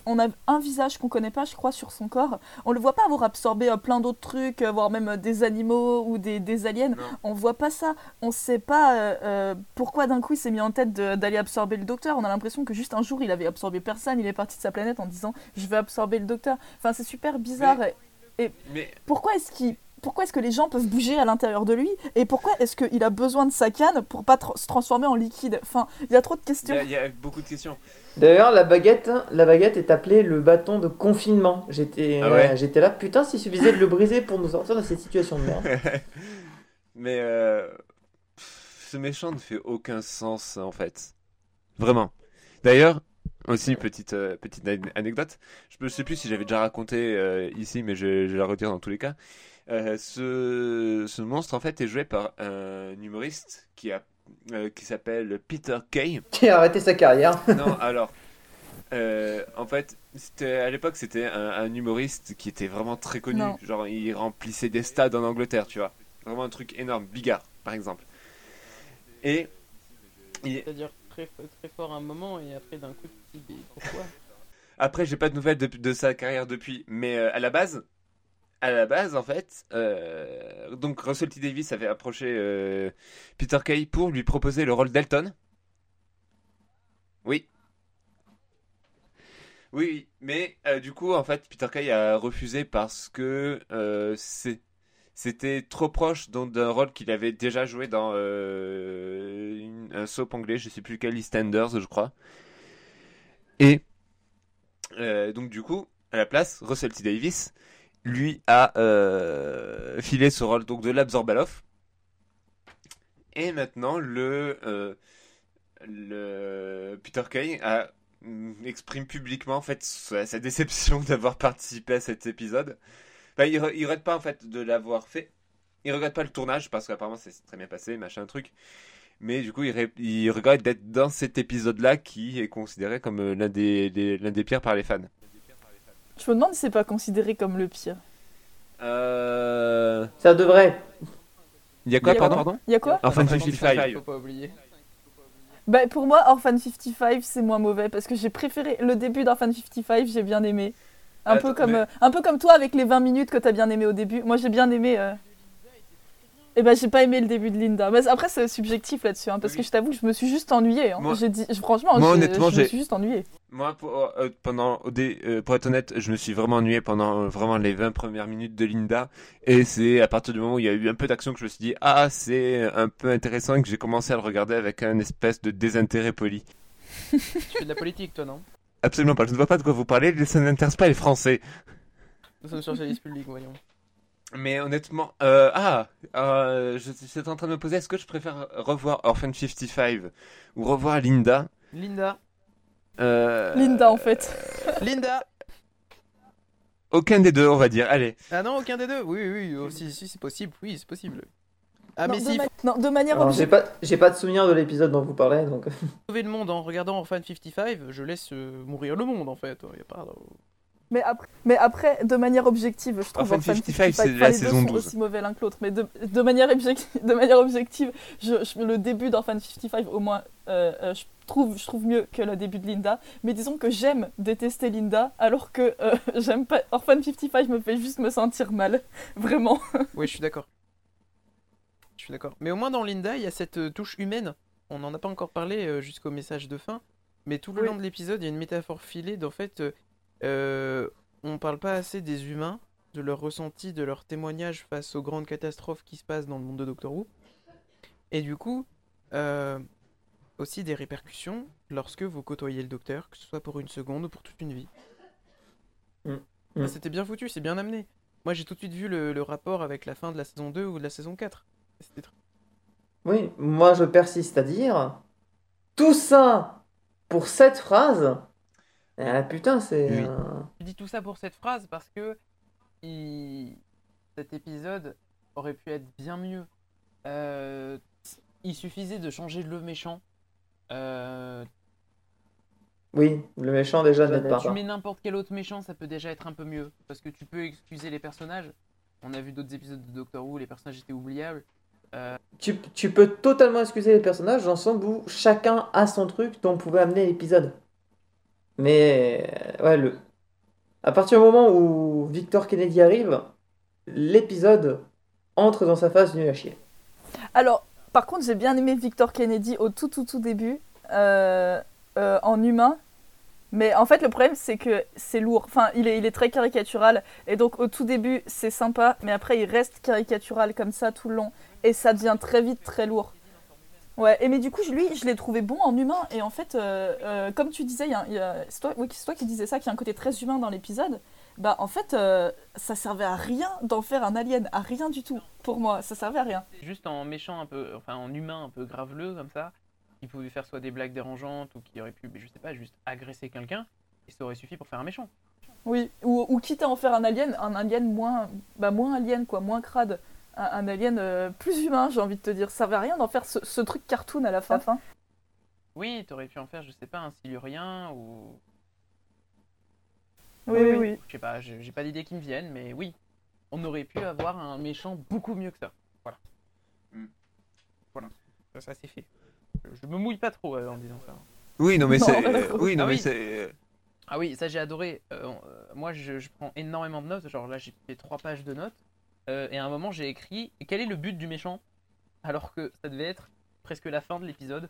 on a un visage qu'on connaît pas, je crois, sur son corps. On le voit pas avoir absorbé euh, plein d'autres trucs, euh, voire même euh, des animaux ou des, des aliens. Non. On voit pas ça. On sait pas euh, euh, pourquoi d'un coup il s'est mis en tête de- d'aller absorber le docteur. On a l'impression que juste un jour il avait absorbé personne, il est parti de sa planète en disant je vais absorber le docteur. Enfin, c'est super bizarre. Et Mais pourquoi est-ce qu'il pourquoi est-ce que les gens peuvent bouger à l'intérieur de lui et pourquoi est-ce qu'il a besoin de sa canne pour pas tra- se transformer en liquide? Enfin, il y a trop de il questions. y, a- il y a beaucoup de questions. D'ailleurs, la baguette, la baguette est appelée le bâton de confinement. J'étais Ah ouais euh, j'étais là, putain, s'il suffisait de le briser pour nous sortir de cette situation de merde. Mais euh, pff, ce méchant ne fait aucun sens en fait. Vraiment. D'ailleurs, aussi petite euh, petite an- anecdote. Je ne sais plus si j'avais déjà raconté euh, ici, mais je, je vais la redire dans tous les cas. Euh, ce, ce monstre en fait est joué par un humoriste qui a euh, qui s'appelle Peter Kay. Qui a arrêté sa carrière. Non, alors, euh, en fait, c'était, à l'époque, c'était un, un humoriste qui était vraiment très connu. Non. Genre, il remplissait des stades en Angleterre, tu vois. Vraiment un truc énorme. Bigard, par exemple. Et, il- C'est-à-dire très, très fort à un moment et après d'un coup, tu te dis mais pourquoi? après, j'ai pas de nouvelles de, de sa carrière depuis. Mais euh, à la base, à la base, en fait, euh, donc Russell T Davies avait approché euh, Peter Kay pour lui proposer le rôle d'Elton. Oui. Oui, oui, mais euh, du coup, en fait, Peter Kay a refusé parce que euh, c'est, c'était trop proche donc, d'un rôle qu'il avait déjà joué dans euh, une- un soap anglais, je sais plus lequel, EastEnders, je crois. Et euh, donc, du coup, à la place, Russell T Davies lui a euh, filé ce rôle donc, de l'Absorbaloff. Et maintenant, le, euh, le Peter Kay a mm, exprime publiquement en fait sa, sa déception d'avoir participé à cet épisode. Enfin, il, re- il regrette pas en fait de l'avoir fait. Il regrette pas le tournage parce qu'apparemment ça s'est très bien passé, machin truc. Mais du coup, il, ré- il regrette d'être dans cet épisode-là qui est considéré comme euh, l'un des, des- l'un des pires par les fans. Je me demande si c'est pas considéré comme le pire. Euh... Ça devrait. Il y a quoi, Il y a- pardon Il y a quoi? Orphan Orphan cinquante-cinq. Faut pas oublier. Bah, pour moi, Orphan cinquante-cinq, c'est moins mauvais parce que j'ai préféré le début d'Orphan cinquante-cinq, j'ai bien aimé. Un, Attends, peu comme, mais- euh, un peu comme toi avec les vingt minutes que t'as bien aimé au début. Moi, j'ai bien aimé. Euh... Et ben, j'ai pas aimé le début de Linda. Mais après, c'est subjectif là-dessus, hein, parce Oui. que je t'avoue que je me suis juste ennuyée. Hein. Moi- J'ai dit, franchement, Moi, j'ai- honnêtement, je me j'ai- suis juste ennuyée. Moi, pour, euh, pendant, au dé- euh, pour être honnête, je me suis vraiment ennuyé pendant euh, vraiment les vingt premières minutes de Linda. Et c'est à partir du moment où il y a eu un peu d'action que je me suis dit, ah, c'est un peu intéressant et que j'ai commencé à le regarder avec un espèce de désintérêt poli. Tu fais de la politique, toi, non? Absolument pas, je ne vois pas de quoi vous parlez, ça n'intéresse pas les Français. Nous sommes sur le service public, voyons. Mais honnêtement, euh, ah, euh, je- j'étais en train de me poser, est-ce que je préfère revoir Orphan cinquante-cinq ou revoir Linda? Linda. Euh, Linda, en fait. Linda. Aucun des deux, on va dire, allez. Ah non, aucun des deux. Oui, oui, oui. Oh, si, si, c'est possible. Oui, c'est possible. Ah, non, mais de si, il ma- faut non, de manière Alors, j'ai objective. pas, j'ai pas de souvenir de l'épisode dont vous parlez, donc. sauver le monde en regardant Orphan cinquante-cinq, je laisse euh, mourir le monde en fait. Y a pas... Mais après, mais après, de manière objective, je trouve Orphan Orphan cinquante-cinq, c'est cinquante-cinq, la les deux saison sont douze. aussi mauvais l'un que l'autre. Mais de, de manière objective, de manière objective, je, je- le début d'Orphan cinquante-cinq, au moins, euh, euh, je trouve, je trouve mieux que le début de Linda. Mais disons que j'aime détester Linda, alors que euh, j'aime pas Orphan cinquante-cinq, me fait juste me sentir mal, vraiment. Oui, je suis d'accord. Je suis d'accord. Mais au moins dans Linda, il y a cette euh, touche humaine. On n'en a pas encore parlé euh, jusqu'au message de fin. Mais tout le Oui. long de l'épisode, il y a une métaphore filée d'en fait, euh, euh, on parle pas assez des humains, de leur ressenti, de leur témoignage face aux grandes catastrophes qui se passent dans le monde de Doctor Who. Et du coup, euh, aussi des répercussions lorsque vous côtoyez le docteur, que ce soit pour une seconde ou pour toute une vie. Mm. Ah, Mm. c'était bien foutu, c'est bien amené. Moi j'ai tout de suite vu le, le rapport avec la fin de la saison deux ou de la saison quatre. C'était tr- Oui, moi je persiste à dire. Tout ça pour cette phrase. Ah putain, c'est. Oui. euh, Je dis tout ça pour cette phrase parce que il- cet épisode aurait pu être bien mieux. Euh, Il suffisait de changer le méchant. Euh, Oui, le méchant déjà n'aide pas. Tu mets n'importe quel autre méchant, ça peut déjà être un peu mieux. Parce que tu peux excuser les personnages. On a vu d'autres épisodes de Doctor Who, les personnages étaient oubliables. Euh, Tu, tu peux totalement excuser les personnages dans le sens où chacun a son truc dont pouvait amener l'épisode. Mais euh, ouais, le... à partir du moment où Victor Kennedy arrive, l'épisode entre dans sa phase nul à chier. Alors, par contre, j'ai bien aimé Victor Kennedy au tout tout tout début, euh, euh, en humain. Mais en fait, le problème, c'est que c'est lourd. Enfin, il est, il est très caricatural. Et donc, au tout début, c'est sympa. Mais après, il reste caricatural comme ça tout le long. Et ça devient très vite très lourd. Ouais, et mais du coup, je- lui, je l'ai trouvé bon en humain. Et en fait, euh, euh, comme tu disais, il y a, il y a- c'est toi, oui, c'est toi qui disais ça, qu'il y a un côté très humain dans l'épisode. Bah, en fait, euh, ça servait à rien d'en faire un alien. À rien du tout, pour moi. Ça servait à rien. Juste en méchant un peu, enfin en humain un peu graveleux comme ça, qui pouvait faire soit des blagues dérangeantes ou qui aurait pu, mais je sais pas, juste agresser quelqu'un, et ça aurait suffi pour faire un méchant. Oui, ou, ou quitte à en faire un alien, un alien moins, bah, moins alien, quoi, moins crade. Un, un alien euh, plus humain, j'ai envie de te dire. Ça servait à rien d'en faire ce, ce truc cartoon à la fin. Oui, t'aurais pu en faire, je sais pas, un silurien ou. Oui, oui, oui. Je sais pas, j'ai j'ai pas d'idées qui me viennent, mais oui, on aurait pu avoir un méchant beaucoup mieux que ça. Voilà. Mm. Voilà, ça, ça c'est fait. Je, je me mouille pas trop euh, en disant ça. Oui, non, mais Non, c'est. d'accord. Oui, non, Ah mais oui. c'est. Ah oui, ça j'ai adoré. Euh, euh, moi je, je prends énormément de notes, genre là j'ai fait trois pages de notes, euh, et à un moment j'ai écrit quel est le but du méchant, alors que ça devait être presque la fin de l'épisode.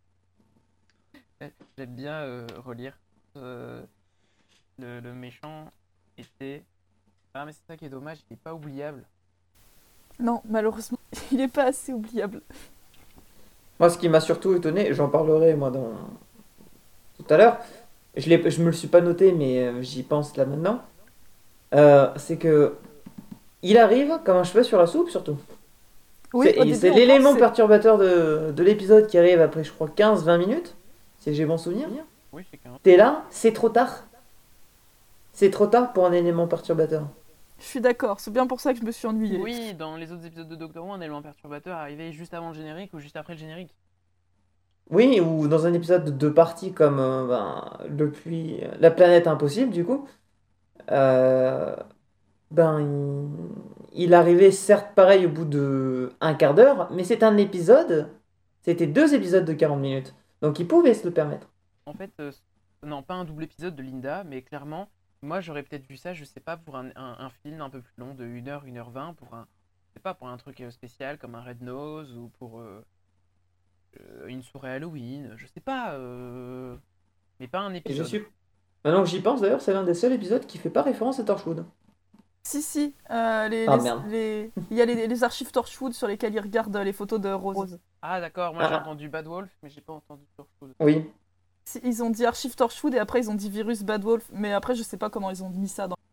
J'aime bien euh, relire. Euh, le, le méchant était. Ah, mais c'est ça qui est dommage, il est pas oubliable. Non, malheureusement, il est pas assez oubliable. Moi, ce qui m'a surtout étonné, j'en parlerai moi dans... tout à l'heure, je, l'ai- je me le suis pas noté, mais euh, j'y pense là maintenant, euh, c'est que il arrive comme un cheveu sur la soupe, surtout. Oui, C'est au début, c'est on l'élément pense, perturbateur de, de l'épisode qui arrive après, je crois, quinze vingt minutes, si j'ai bon souvenir. Oui, c'est qu'un. T'es là, c'est trop tard. C'est trop tard pour un élément perturbateur. je suis d'accord. C'est bien pour ça que je me suis ennuyée. Oui, dans les autres épisodes de Doctor Who, un élément perturbateur arrivait juste avant le générique ou juste après le générique. Oui, ou dans un épisode de deux parties comme euh, ben, depuis la planète impossible, du coup, euh, ben il, il arrivait certes pareil au bout de un quart d'heure, mais c'est un épisode, c'était deux épisodes de quarante minutes, donc il pouvait se le permettre. En fait, euh, non, pas un double épisode de Linda, mais clairement, moi j'aurais peut-être vu ça, je sais pas, pour un, un- un film un peu plus long de une heure, une heure vingt, pour un. Je sais pas, pour un truc euh, spécial comme un Red Nose ou pour euh, euh, une soirée Halloween, je sais pas, euh, mais pas un Et je épisode. suis, maintenant que j'y pense d'ailleurs, c'est l'un des seuls épisodes qui fait pas référence à Torchwood. Si, si. euh, les, Ah, les- merde. les- Il y a les, les archives Torchwood sur lesquelles ils regardent les photos de Rose. Ah d'accord, moi j'ai Ah. entendu Bad Wolf, mais j'ai pas entendu Torchwood. Oui, Si, ils ont dit archives Torchwood et après ils ont dit virus Bad Wolf, mais après je sais pas comment ils ont mis ça dans.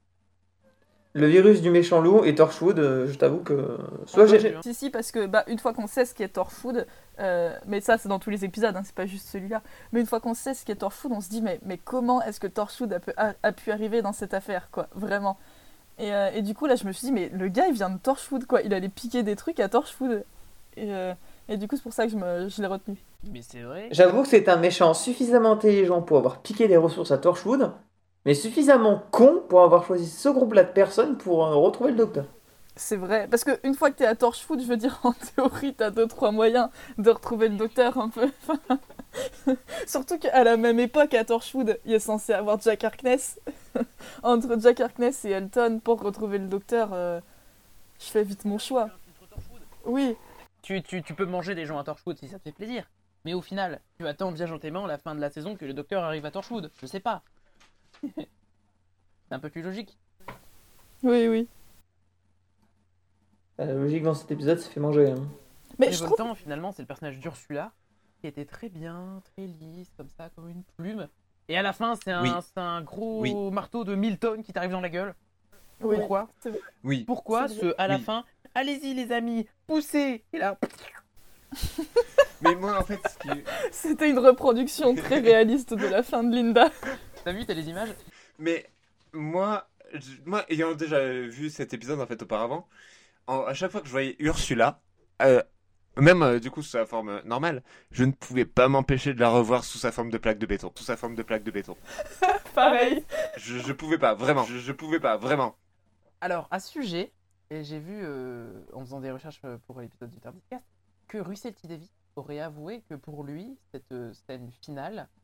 le virus du méchant loup et Torchwood, euh, je t'avoue que soit Ah, j'ai, j'ai- Si, si, parce que bah, une fois qu'on sait ce qu'est Torchwood, euh, mais ça c'est dans tous les épisodes, hein, c'est pas juste celui-là, mais une fois qu'on sait ce qu'est Torchwood, on se dit mais, mais comment est-ce que Torchwood a, pu- a- a pu arriver dans cette affaire, quoi, vraiment. Et, euh, et du coup là je me suis dit mais le gars il vient de Torchwood, quoi, il allait piquer des trucs à Torchwood. Et, euh, et du coup c'est pour ça que je, me, je l'ai retenu. Mais c'est vrai. J'avoue que c'est un méchant suffisamment intelligent pour avoir piqué des ressources à Torchwood, mais suffisamment con pour avoir choisi ce groupe-là de personnes pour euh, retrouver le docteur. C'est vrai, parce qu'une fois que t'es à Torchwood, je veux dire, en théorie, t'as deux trois moyens de retrouver le docteur un peu. Surtout qu'à la même époque, à Torchwood, il est censé avoir Jack Harkness. Entre Jack Harkness et Elton, pour retrouver le docteur, euh, je fais vite mon choix. Oui, Tu, tu, tu peux manger des gens à Torchwood si ça te fait plaisir. Mais au final, tu attends bien gentiment la fin de la saison que le docteur arrive à Torchwood. Je sais pas. C'est un peu plus logique. oui, oui. Euh, La logique dans cet épisode, c'est fait manger. hein. Mais je trouve. Révoltant, finalement, c'est le personnage d'Ursula qui était très bien, très lisse, comme ça, comme une plume. Et à la fin, c'est un, Oui. c'est un gros Oui. marteau de mille tonnes qui t'arrive dans la gueule. Oui. Pourquoi Oui. Pourquoi C'est ce à la Oui. fin allez-y les amis, poussez. Et là, Mais moi, en fait, ce qui. C'était une reproduction très réaliste de la fin de Linda. t'as vu, t'as les images. Mais moi, je- moi, ayant déjà vu cet épisode en fait auparavant, en- à chaque fois que je voyais Ursula, euh, même euh, du coup sous sa forme euh, normale, je ne pouvais pas m'empêcher de la revoir sous sa forme de plaque de béton. Sous sa forme de plaque de béton. Pareil. Je, je pouvais pas, vraiment. Je, je pouvais pas, vraiment. Alors, à ce sujet, et j'ai vu, euh, en faisant des recherches euh, pour l'épisode du Tardiscast, que Russell T. Davies aurait avoué que pour lui, cette euh, scène finale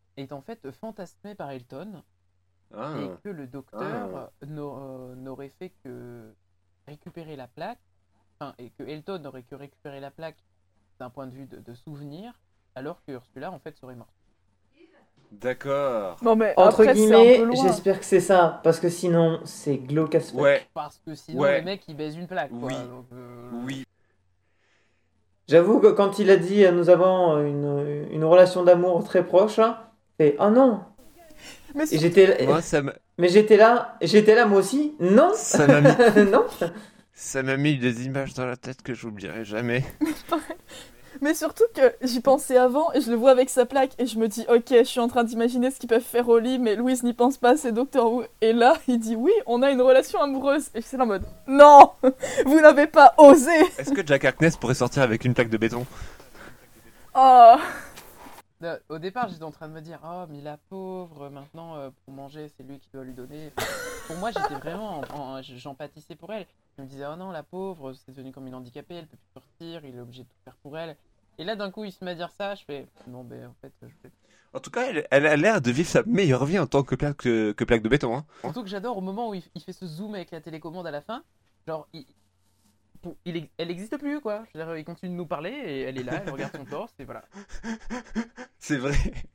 est en fait fantasmé par Elton Ah. et que le docteur n'a- euh, n'aurait fait que récupérer la plaque, enfin, et que Elton n'aurait que récupéré la plaque d'un point de vue de, de souvenir, alors que Ursula en fait serait morte. D'accord. Non, mais Entre après, c'est guillemets, un peu loin. j'espère que c'est ça, parce que sinon, c'est glauque as fuck. Ouais, Parce que sinon Ouais. le mec il baise une plaque. Quoi. Oui. Donc, euh, oui. J'avoue que quand il a dit euh, nous avons une, une relation d'amour très proche, et oh non. Mais Et sur- j'étais, Moi, ça m'a mais j'étais là, j'étais là moi aussi. Non, ça m'a mis, non. ça m'a mis des images dans la tête que j'oublierai jamais. Mais surtout que j'y pensais avant et je le vois avec sa plaque et je me dis ok, je suis en train d'imaginer ce qu'ils peuvent faire au lit, mais Louise n'y pense pas, c'est Doctor Who. Et là, il dit oui, on a une relation amoureuse. Et je suis là en mode non, vous n'avez pas osé. Est-ce que Jack Harkness pourrait sortir avec une plaque de béton? Oh. Euh, Au départ, j'étais en train de me dire, oh, mais la pauvre, maintenant, euh, pour manger, c'est lui qui doit lui donner. Pour moi, j'étais vraiment, en- en- j'empâtissais pour elle. Je me disais, oh non, la pauvre, c'est devenu comme une handicapée, elle peut plus sortir, il est obligé de tout faire pour elle. Et là, d'un coup, il se met à dire ça, je fais, non, ben, en fait, je fais... En tout cas, elle, elle a l'air de vivre sa meilleure vie en tant que plaque, que, que plaque de béton. Hein. Surtout que j'adore au moment où il, il fait ce zoom avec la télécommande à la fin, genre, il, pour- il ex- elle existe plus, quoi. Je veux dire, il continue de nous parler, et elle est là, elle regarde son torse, et voilà. C'est vrai.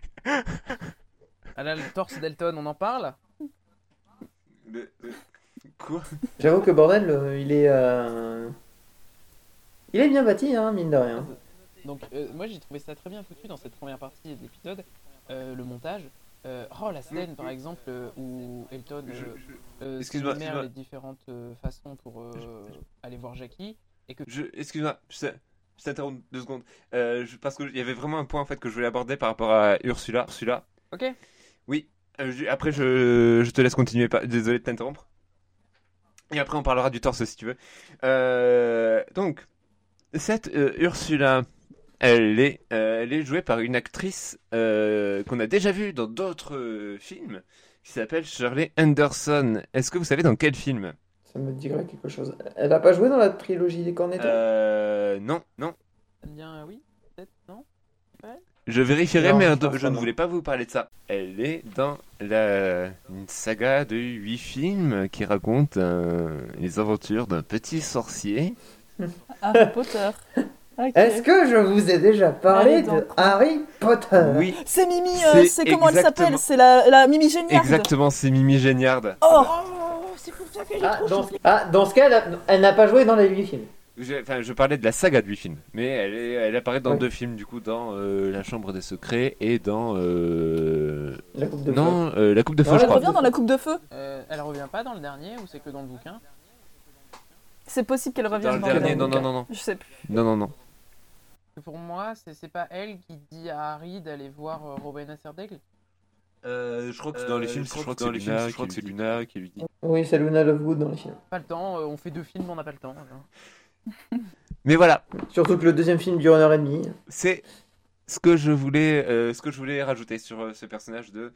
Ah là, le torse d'Elton, on en parle? Le- le- Quoi? J'avoue que bordel, euh, il est, euh, il est bien bâti, hein, mine de rien. Donc euh, moi j'ai trouvé ça très bien foutu dans cette première partie de l'épisode, euh, le montage. Euh, oh la scène par exemple euh, où Elton euh, Je- je- euh, excuse-moi, s'énumère excuse-moi. les différentes euh, façons pour euh, aller voir Jackie et que Je, excuse-moi, je, sais- je t'interromps deux secondes. Euh, je- parce qu'il y avait vraiment un point en fait que je voulais aborder par rapport à Ursula. Ursula. ok. Oui. euh, je- après, je, je te laisse continuer. Pas, désolé de t'interrompre. Et après, on parlera du torse si tu veux. Euh, donc, cette euh, Ursula, elle est, euh, elle est jouée par une actrice euh, qu'on a déjà vue dans d'autres euh, films, qui s'appelle Shirley Anderson. Est-ce que vous savez dans quel film? Ça me dirait quelque chose. Elle a pas joué dans la trilogie des Cornettons? Euh, non, non. Ça me dit un oui, peut-être, non? C'est pas elle? Je vérifierai, Non, mais je euh, pense je pas, ne non. voulais pas vous parler de ça. Elle est dans la une saga de huit films qui raconte euh, les aventures d'un petit sorcier. Harry Potter. Ok. Est-ce que je vous ai déjà parlé Allez, de donc. Harry Potter? Oui, C'est Mimi, C'est euh, c'est comment elle exactement- s'appelle? C'est la, la Mimi Géniarde. exactement, c'est Mimi Géniarde. Oh. c'est pour ça qu'elle Ah, dans, ah, dans ce cas, elle, a- elle n'a pas joué dans les huit films. Je, enfin, je parlais de la saga de huit films, mais elle, est, elle apparaît dans Ouais. deux films, du coup, dans euh, La Chambre des Secrets et dans... euh, La coupe de feu. Non, euh, La Coupe de Non, Feu, je La Elle crois. Coupe revient dans la coupe de feu. Euh, elle revient pas dans le dernier ou c'est que dans le bouquin? C'est possible qu'elle Dans revienne le dans dernier, le non, bouquin. non, non, non. Je sais plus. Non, non, non. Parce que pour moi, c'est c'est pas elle qui dit à Harry d'aller voir euh, Rowena Serdaigle? Euh, je crois que c'est dans les films, je crois que dans c'est les Luna, films, je qui crois lui que c'est dit. Luna qui lui dit. Oui, c'est Luna Lovegood dans les films. Pas le temps, euh, on fait deux films, on n'a pas le temps. alors. Mais voilà, Surtout que le deuxième film dure une heure et demie. c'est ce que je voulais, euh, ce que je voulais rajouter sur euh, ce personnage de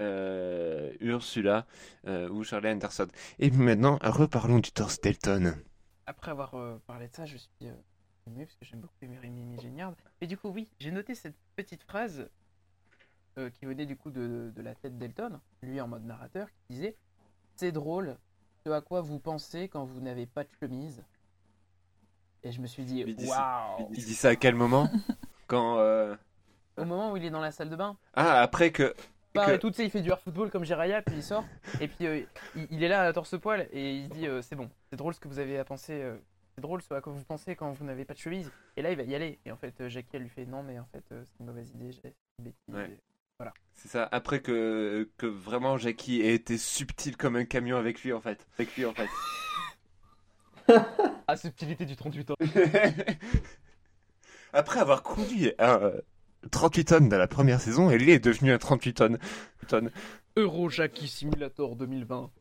euh, Ursula euh, ou Shirley Anderson. Et maintenant, reparlons du torse d'Elton. Après avoir euh, parlé de ça, je suis euh, ému parce que j'aime beaucoup aimer Mimi Géniard. Et du coup, oui, j'ai noté cette petite phrase euh, qui venait du coup de, de la tête d'Elton, lui en mode narrateur, qui disait « C'est drôle ce à quoi vous pensez quand vous n'avez pas de chemise. » Et je me suis dit Il dit waouh. Il dit ça à quel moment? Quand euh, Au moment où il est dans la salle de bain, ah, après que bah, que- tout, tu sais, il fait du air football comme Jiraya, puis il sort, et puis euh, il, il est là à torse-poil, et il se dit euh, c'est bon, c'est drôle ce que vous avez à penser, euh, c'est drôle ce à quoi vous pensez quand vous n'avez pas de chemise. Et là il va y aller, et en fait euh, Jackie elle lui fait non mais en fait euh, c'est une mauvaise idée, c'est une bêtise. Ouais. Et- c'est ça, après que que vraiment Jackie ait été subtil comme un camion avec lui en fait, avec lui en fait. Ah, subtilité du trente-huit ans. Après avoir conduit un euh, trente-huit tonnes dans la première saison, elle est devenue un trente-huit tonnes. tonnes. Euro Jackie Simulator deux mille vingt.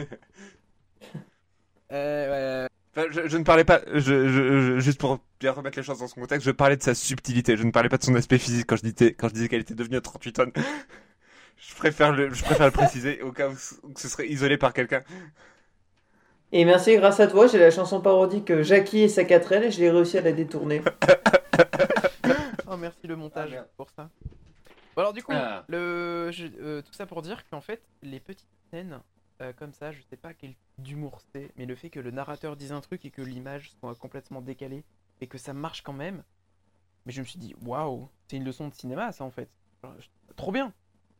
euh, ouais. Enfin, je, je ne parlais pas, je, je- je- juste pour bien remettre les choses dans son contexte, je parlais de sa subtilité, je ne parlais pas de son aspect physique quand je disais, quand je disais qu'elle était devenue un trente-huit tonnes. Je préfère le, je préfère le préciser au cas où, où ce serait isolé par quelqu'un. Et merci, grâce à toi, j'ai la chanson parodique euh, Jackie et sa quatrelle et je l'ai réussi à la détourner. Oh merci le montage Ah, merde. pour ça. Bon, alors du coup, Ah. le, je- euh, tout ça pour dire qu'en fait, les petites scènes euh, comme ça, je sais pas quel type d'humour c'est, mais le fait que le narrateur dise un truc et que l'image soit complètement décalée et que ça marche quand même, mais je me suis dit, waouh, c'est une leçon de cinéma ça en fait. Genre, je- Trop bien.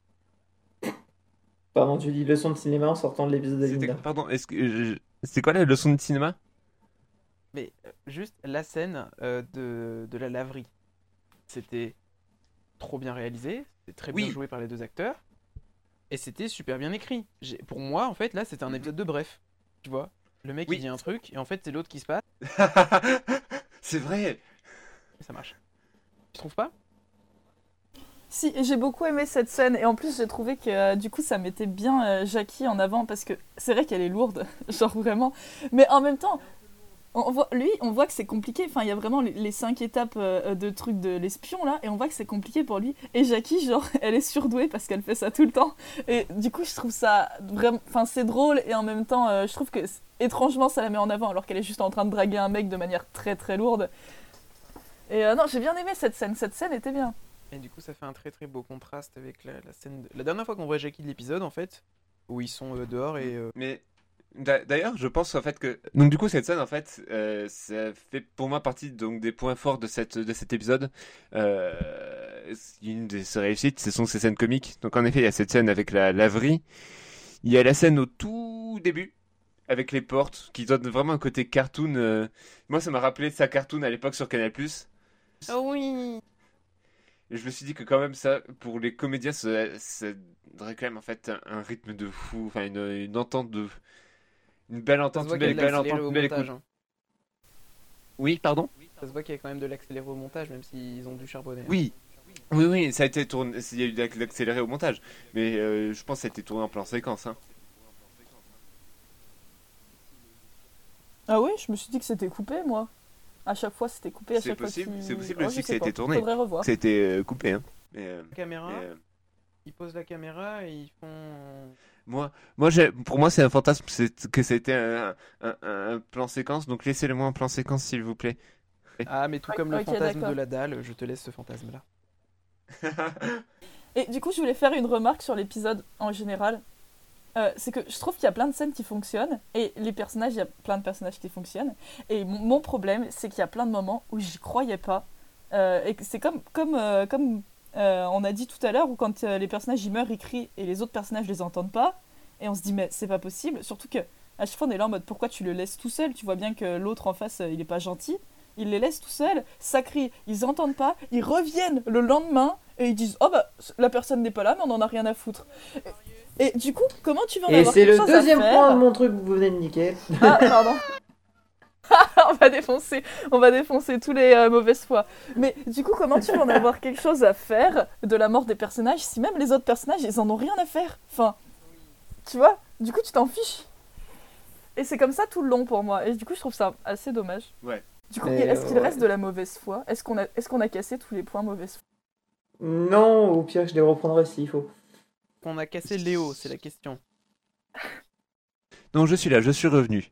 Pardon, tu dis leçon de cinéma en sortant de l'épisode C'était, d'Alinda. pardon, est-ce que je- c'est quoi la leçon de cinéma? Mais euh, juste la scène euh, de, de la laverie, c'était trop bien réalisé, c'était très bien Oui. joué par les deux acteurs, et c'était super bien écrit. J'ai- Pour moi, en fait, là, c'était un épisode de Bref, tu vois. Le mec, Oui. il dit un truc, et en fait, c'est l'autre qui se passe, C'est vrai. et ça marche. Tu trouves pas? Si, et j'ai beaucoup aimé cette scène et en plus j'ai trouvé que euh, du coup ça mettait bien euh, Jackie en avant parce que c'est vrai qu'elle est lourde, genre vraiment. Mais en même temps, on voit, lui, on voit que c'est compliqué. Enfin, il y a vraiment les, les cinq étapes euh, de trucs de l'espion là et on voit que c'est compliqué pour lui. Et Jackie, genre, elle est surdouée parce qu'elle fait ça tout le temps. Et du coup, je trouve ça vraiment. Enfin, c'est drôle et en même temps, euh, je trouve que c'est- étrangement ça la met en avant alors qu'elle est juste en train de draguer un mec de manière très très lourde. Et euh, non, j'ai bien aimé cette scène. Cette scène était bien. Et du coup, ça fait un très très beau contraste avec la, la scène. De... La dernière fois qu'on voit Jackie de l'épisode, en fait, où ils sont euh, dehors et. euh, Mais d'a- d'ailleurs, je pense en fait que donc du coup cette scène en fait, euh, ça fait pour moi partie donc des points forts de cette de cet épisode. Euh, une de ses réussites, ce sont ces scènes comiques. Donc en effet, il y a cette scène avec la laverie. Il y a la scène au tout début avec les portes qui donne vraiment un côté cartoon. euh, Moi, ça m'a rappelé sa cartoon à l'époque sur Canal+. Ah oui. Et je me suis dit que quand même ça, pour les comédiens, ça, ça donnerait quand même en fait un, un rythme de fou, enfin une, une entente de, une belle Ça se entente, voit une qu'il y a belle, de belle l'accéléré entente, au une belle montage. écoute. hein. Oui, pardon. Ça se voit qu'il y a quand même de l'accéléré au montage, même s'ils ont dû charbonner. hein. Oui, oui, oui, ça a été tourné, il y a eu de l'accéléré au montage, mais euh, je pense que ça a été tourné en plan séquence. Hein. Ah oui, je me suis dit que c'était coupé, moi. À chaque fois, c'était coupé. À C'est chaque possible, fois qu'il- c'est possible Oh, aussi je que sais ça a pas. été tourné. Faudrait revoir. Ça a été euh, coupé, hein. Mais, euh, La caméra, mais, euh, ils posent la caméra et ils font. moi, moi, j'ai, pour moi, c'est un fantasme, c'est que ça a été un, un, un- un plan séquence, donc laissez-le-moi en plan séquence, s'il vous plaît. Ah, mais tout comme le Ok, fantasme d'accord. de la dalle, je te laisse ce fantasme-là. Et du coup, je voulais faire une remarque sur l'épisode en général. Euh, c'est que je trouve qu'il y a plein de scènes qui fonctionnent et les personnages, il y a plein de personnages qui fonctionnent. Et mon, mon problème, c'est qu'il y a plein de moments où j'y croyais pas. Euh, et que c'est comme, comme, euh, comme euh, on a dit tout à l'heure, où quand euh, les personnages ils meurent, ils crient et les autres personnages les entendent pas. Et on se dit, mais c'est pas possible. Surtout que à chaque fois, on est là en mode, pourquoi tu le laisses tout seul? Tu vois bien que l'autre en face, euh, il est pas gentil. Ils les laissent tout seuls, ça crie, ils entendent pas, ils reviennent le lendemain et ils disent, oh bah la personne n'est pas là, mais on en a rien à foutre. Et, et du coup, comment tu vas en Et avoir c'est quelque le chose à deuxième faire point de mon truc que vous venez de niquer. Ah, pardon. on va défoncer, on va défoncer tous les euh, mauvaises foi. Mais du coup, comment tu vas en avoir quelque chose à faire de la mort des personnages si même les autres personnages, ils en ont rien à faire? Enfin, tu vois, du coup, tu t'en fiches. Et c'est comme ça tout le long pour moi. Et du coup, je trouve ça assez dommage. Ouais. Du coup, Mais, est-ce qu'il euh, reste ouais. de la mauvaise foi? Est-ce qu'on a, est-ce qu'on a cassé tous les points mauvaise foi? Non, au pire, je les reprendrai s'il faut. On a cassé Léo, c'est la question. Non, je suis là, je suis revenu.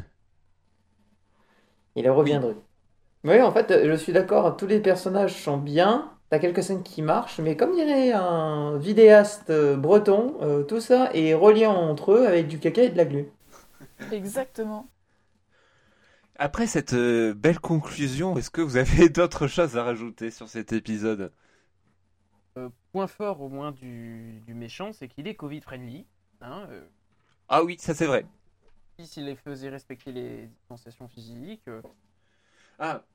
Il reviendrait. Oui, en fait, je suis d'accord, tous les personnages sont bien. T'as quelques scènes qui marchent, mais comme dirait un vidéaste euh, breton, euh, tout ça est relié entre eux avec du caca et de la glu. Exactement. Après cette euh, belle conclusion, est-ce que vous avez d'autres choses à rajouter sur cet épisode? Euh, point fort au moins du, du méchant, c'est qu'il est Covid-friendly. Hein, euh, Ah oui, ça c'est vrai. S'il les faisait respecter les distanciations physiques. euh, Ah.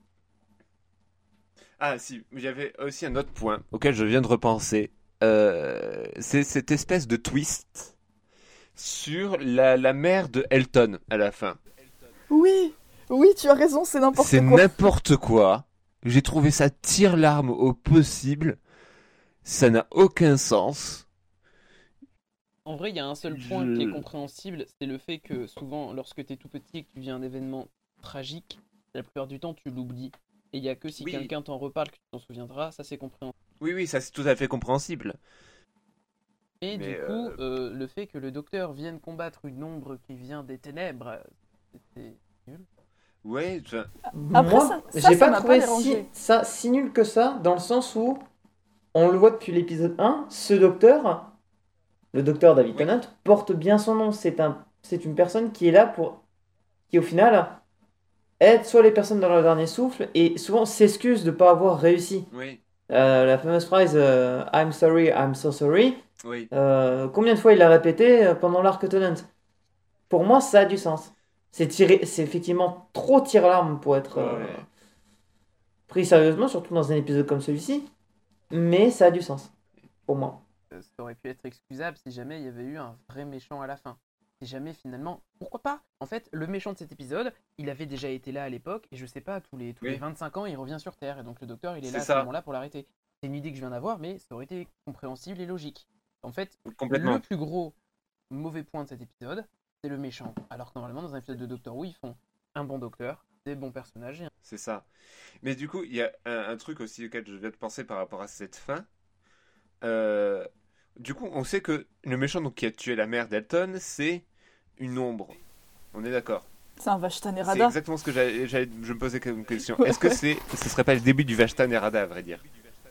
Ah si, il y avait aussi un autre point auquel je viens de repenser. Euh, c'est cette espèce de twist sur la, la mère de Elton à la fin. Oui, oui, tu as raison, c'est n'importe C'est quoi. n'importe quoi. J'ai trouvé ça tire-larme au possible. Ça n'a aucun sens. En vrai, il y a un seul point Je- qui est compréhensible, c'est le fait que souvent, lorsque tu es tout petit et que tu vis un événement tragique, la plupart du temps, tu l'oublies. Et il y a que si Oui. quelqu'un t'en reparle que tu t'en souviendras, ça c'est compréhensible. Oui, oui, ça c'est tout à fait compréhensible. Et Mais, du euh, coup, euh, le fait que le docteur vienne combattre une ombre qui vient des ténèbres, c'était nul. Ouais, enfin, Après, Moi, ça- ça, j'ai ça pas m'a trouvé pas si, dérangé. ça si nul que ça, dans le sens où on le voit depuis l'épisode un, ce docteur, le docteur David Oui. Tennant, porte bien son nom. C'est un, c'est une personne qui est là pour, qui au final aide soit les personnes dans leur dernier souffle et souvent s'excuse de ne pas avoir réussi. Oui, Euh, la fameuse phrase euh, I'm sorry, I'm so sorry. oui. Euh, combien de fois il l'a répété euh, pendant l'arc Tennant? Pour moi, ça a du sens. C'est tiré, c'est effectivement trop tire-larme pour être euh, Ouais. pris sérieusement, surtout dans un épisode comme celui-ci. Mais ça a du sens, pour moi. Euh, Ça aurait pu être excusable si jamais il y avait eu un vrai méchant à la fin. Si jamais finalement, pourquoi pas? En fait, le méchant de cet épisode, il avait déjà été là à l'époque, et je sais pas, tous les, tous Oui. les vingt-cinq ans, il revient sur Terre, et donc le docteur, il est C'est là à ce ça. moment-là pour l'arrêter. C'est une idée que je viens d'avoir, mais ça aurait été compréhensible et logique. En fait, Complètement. le plus gros mauvais point de cet épisode, c'est le méchant. Alors que normalement, dans un épisode de Doctor Who, ils font un bon docteur, des bons personnages, et un- C'est ça. Mais du coup, il y a un, un truc aussi auquel je viens de penser par rapport à cette fin. Euh, du coup, on sait que le méchant donc, qui a tué la mère d'Elton, c'est une ombre. On est d'accord. C'est un Vashta C'est Nerada. exactement ce que j'allais, j'allais- je me posais comme question. Ouais, Est-ce que ouais. c'est, ce serait pas le début du Vashta Nerada, à vrai dire?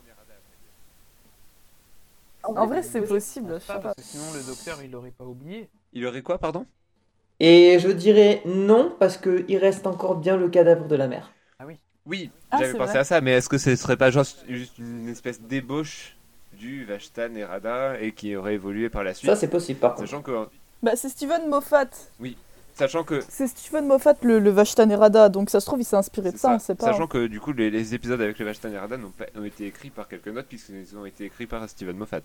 En vrai, c'est possible. Je Je pense sais pas, pas. parce que sinon le docteur, il l'aurait pas oublié. Il aurait quoi, pardon? Et je dirais non, parce qu'il reste encore bien le cadavre de la mère. Ah oui. Oui, Ah, j'avais c'est pensé vrai. à ça, mais est-ce que ce serait pas juste, juste une espèce d'ébauche du Vashta Nerada et qui aurait évolué par la suite? Ça, c'est possible, par contre. Sachant que, Bah, c'est Steven Moffat. sachant que C'est Steven Moffat, le, le Vashta Nerada. Donc ça se trouve, il s'est inspiré de C'est ça, ça. on sait pas. Sachant que du coup les, les épisodes avec le Vashta Nerada n'ont pas ont été écrits par quelqu'un d'autre puisqu'ils ont été écrits par Steven Moffat.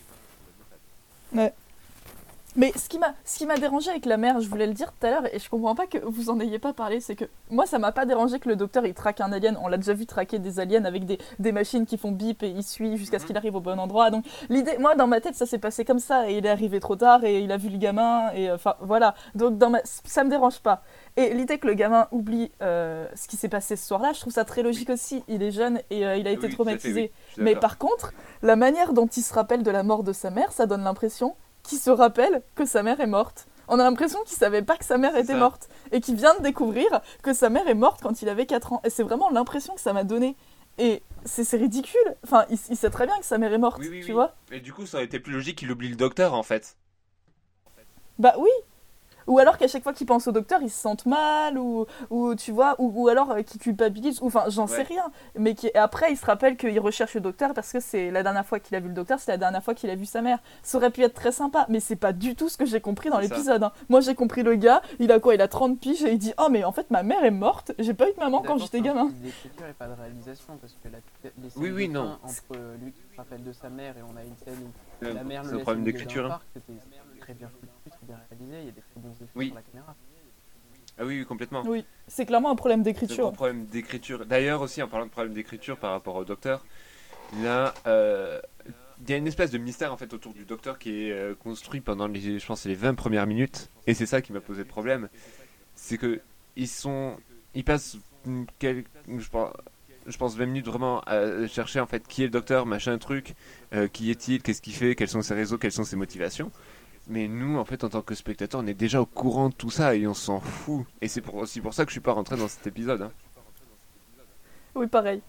Mais ce qui m'a ce qui m'a dérangé avec la mère, je voulais le dire tout à l'heure, et je comprends pas que vous en ayez pas parlé, c'est que moi ça m'a pas dérangé que le docteur il traque un alien. On l'a déjà vu traquer des aliens avec des, des machines qui font bip et il suit jusqu'à ce qu'il arrive au bon endroit. Donc l'idée, moi dans ma tête ça s'est passé comme ça, et il est arrivé trop tard et il a vu le gamin, et enfin voilà. Donc dans ma... ça me dérange pas. Et l'idée que le gamin oublie euh, ce qui s'est passé ce soir-là, je trouve ça très logique aussi. Il est jeune et euh, il a été Oui, tout à fait, traumatisé. oui. Je suis Mais d'accord. par contre, la manière dont il se rappelle de la mort de sa mère, ça donne l'impression qu'il se rappelle que sa mère est morte. On a l'impression qu'il savait pas que sa mère C'est était ça. morte et qu'il vient de découvrir que sa mère est morte quand il avait quatre ans. Et c'est vraiment l'impression que ça m'a donné. Et c'est c'est ridicule. Enfin, il, il sait très bien que sa mère est morte, Oui, oui, tu oui. vois. Et du coup ça aurait été plus logique qu'il oublie le docteur en fait. Bah oui. Ou alors qu'à chaque fois qu'il pense au docteur, il se sente mal, ou, ou tu vois, ou, ou alors euh, qu'il culpabilise, ou enfin, j'en sais Ouais. rien. Mais qui, et après, il se rappelle qu'il recherche le docteur parce que c'est la dernière fois qu'il a vu le docteur, c'est la dernière fois qu'il a vu sa mère. Ça aurait pu être très sympa, mais c'est pas du tout ce que j'ai compris dans C'est ça. l'épisode. hein. Moi, j'ai compris le gars, il a quoi? Il a trente piges et il dit: oh, mais en fait, ma mère est morte, j'ai pas eu de maman quand D'accord, j'étais c'est un gamin. style d'écriture et pas de réalisation, parce que la, les scènes Oui, oui, de non. fin entre lui qui se rappelle de sa mère et on a une scène où Euh, la mère c'est le un laisse problème au milieu d'un d'écriture, hein. parc, c'était très bien foutu, très bien réalisé, il y a des très bons effets Oui. sur la caméra. Ah oui, oui, complètement. Oui, c'est clairement un problème C'est un d'écriture. gros problème d'écriture. D'ailleurs aussi en parlant de problème d'écriture par rapport au docteur, là euh, il y a une espèce de mystère en fait autour du docteur qui est euh, construit pendant les je pense c'est les vingt premières minutes et c'est ça qui m'a posé problème. C'est que ils sont ils passent mm, quel- je pense je pense vingt minutes vraiment à chercher en fait qui est le docteur, machin truc, euh, qui est-il, qu'est-ce qu'il fait, quels sont ses réseaux, quelles sont ses motivations. Mais nous, en fait, en tant que spectateur, on est déjà au courant de tout ça et on s'en fout. Et c'est pour, aussi pour ça que je suis pas rentré dans cet épisode. hein. Oui, pareil.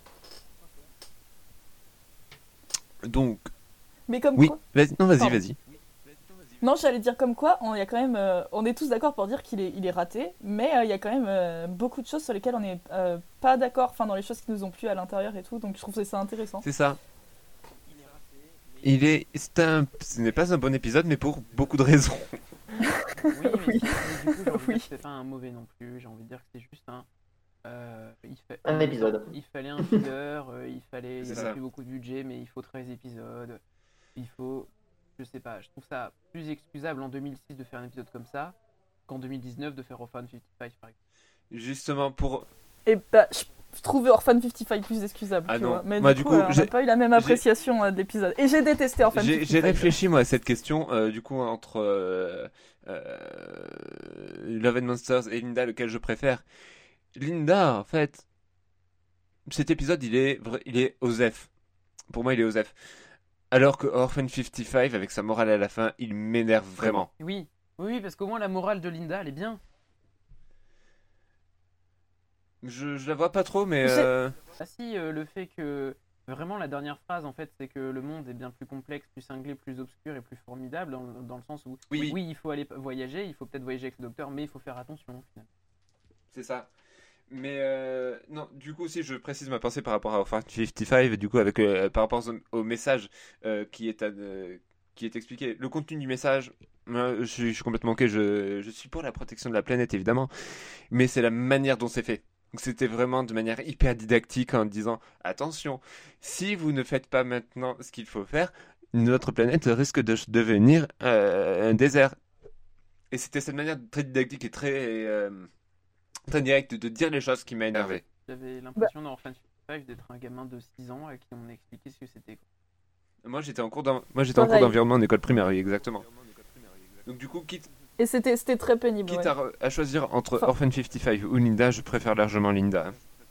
Donc, Mais comme oui, quoi. vas-y, non, vas-y, Pardon. vas-y. Non, j'allais dire comme quoi, on, y a quand même, euh, on est tous d'accord pour dire qu'il est, il est raté, mais euh, il y a quand même euh, beaucoup de choses sur lesquelles on n'est euh, pas d'accord, enfin dans les choses qui nous ont plu à l'intérieur et tout, donc je trouve ça intéressant. C'est ça. Il est, c'est un, ce n'est pas un bon épisode, mais pour beaucoup de raisons. Oui, mais, Oui. mais du coup, j'ai envie de Oui. dire que c'est pas un mauvais non plus, j'ai envie de dire que c'est juste un. euh, il fait, Un épisode. Il fallait un filler, euh, il fallait. Il C'est n'y ça. avait plus beaucoup de budget, mais il faut treize épisodes. Il faut. Je sais pas, je trouve ça plus excusable en deux mille six de faire un épisode comme ça qu'en deux mille dix-neuf de faire Orphan cinquante-cinq par exemple. Justement, pour, Et bah, je je trouvais Orphan cinquante-cinq plus excusable, Ah tu non. vois, mais Moi, du du coup, coup, euh, on j'ai- n'a pas eu la même j'ai- appréciation euh, de l'épisode. Et j'ai détesté Orphan j'ai, cinquante-cinq. j'ai réfléchi moi à cette question, euh, du coup, entre euh, euh, Love and Monsters et Linda, lequel je préfère. Linda, en fait, cet épisode, il est, vra- il est osef. Pour moi, il est osef. Alors que Orphan cinquante-cinq, avec sa morale à la fin, il m'énerve vraiment. Oui, oui, oui, parce qu'au moins la morale de Linda, elle est bien. Je, je la vois pas trop, mais J'ai- euh, Ah si, euh, le fait que Vraiment, la dernière phrase, en fait, c'est que le monde est bien plus complexe, plus cinglé, plus obscur et plus formidable, dans, dans le sens où, Oui. oui, oui, il faut aller voyager, il faut peut-être voyager avec le docteur, mais il faut faire attention, finalement. C'est ça. Mais euh, non, du coup aussi, je précise ma pensée par rapport à Orphan cinquante-cinq, du coup, avec, euh, par rapport au, au message euh, qui, est à, euh, qui est expliqué. Le contenu du message, euh, je, suis, je suis complètement ok, je, je suis pour la protection de la planète, évidemment, mais c'est la manière dont c'est fait. Donc c'était vraiment de manière hyper didactique en disant, attention, si vous ne faites pas maintenant ce qu'il faut faire, notre planète risque de devenir euh, un désert. Et c'était cette manière très didactique et très... euh, très direct de dire les choses qui m'a énervé. J'avais l'impression dans Orphan cinquante-cinq d'être un gamin de six ans à qui on a expliqué ce que c'était. Moi j'étais en cours d'en- moi j'étais en cours Pareil. d'environnement en école primaire, oui, exactement. Donc du coup, quitte, Et c'était c'était très pénible. quitte ouais. à, re- à choisir entre Enfin- Orphan cinquante-cinq ou Linda, je préfère largement Linda.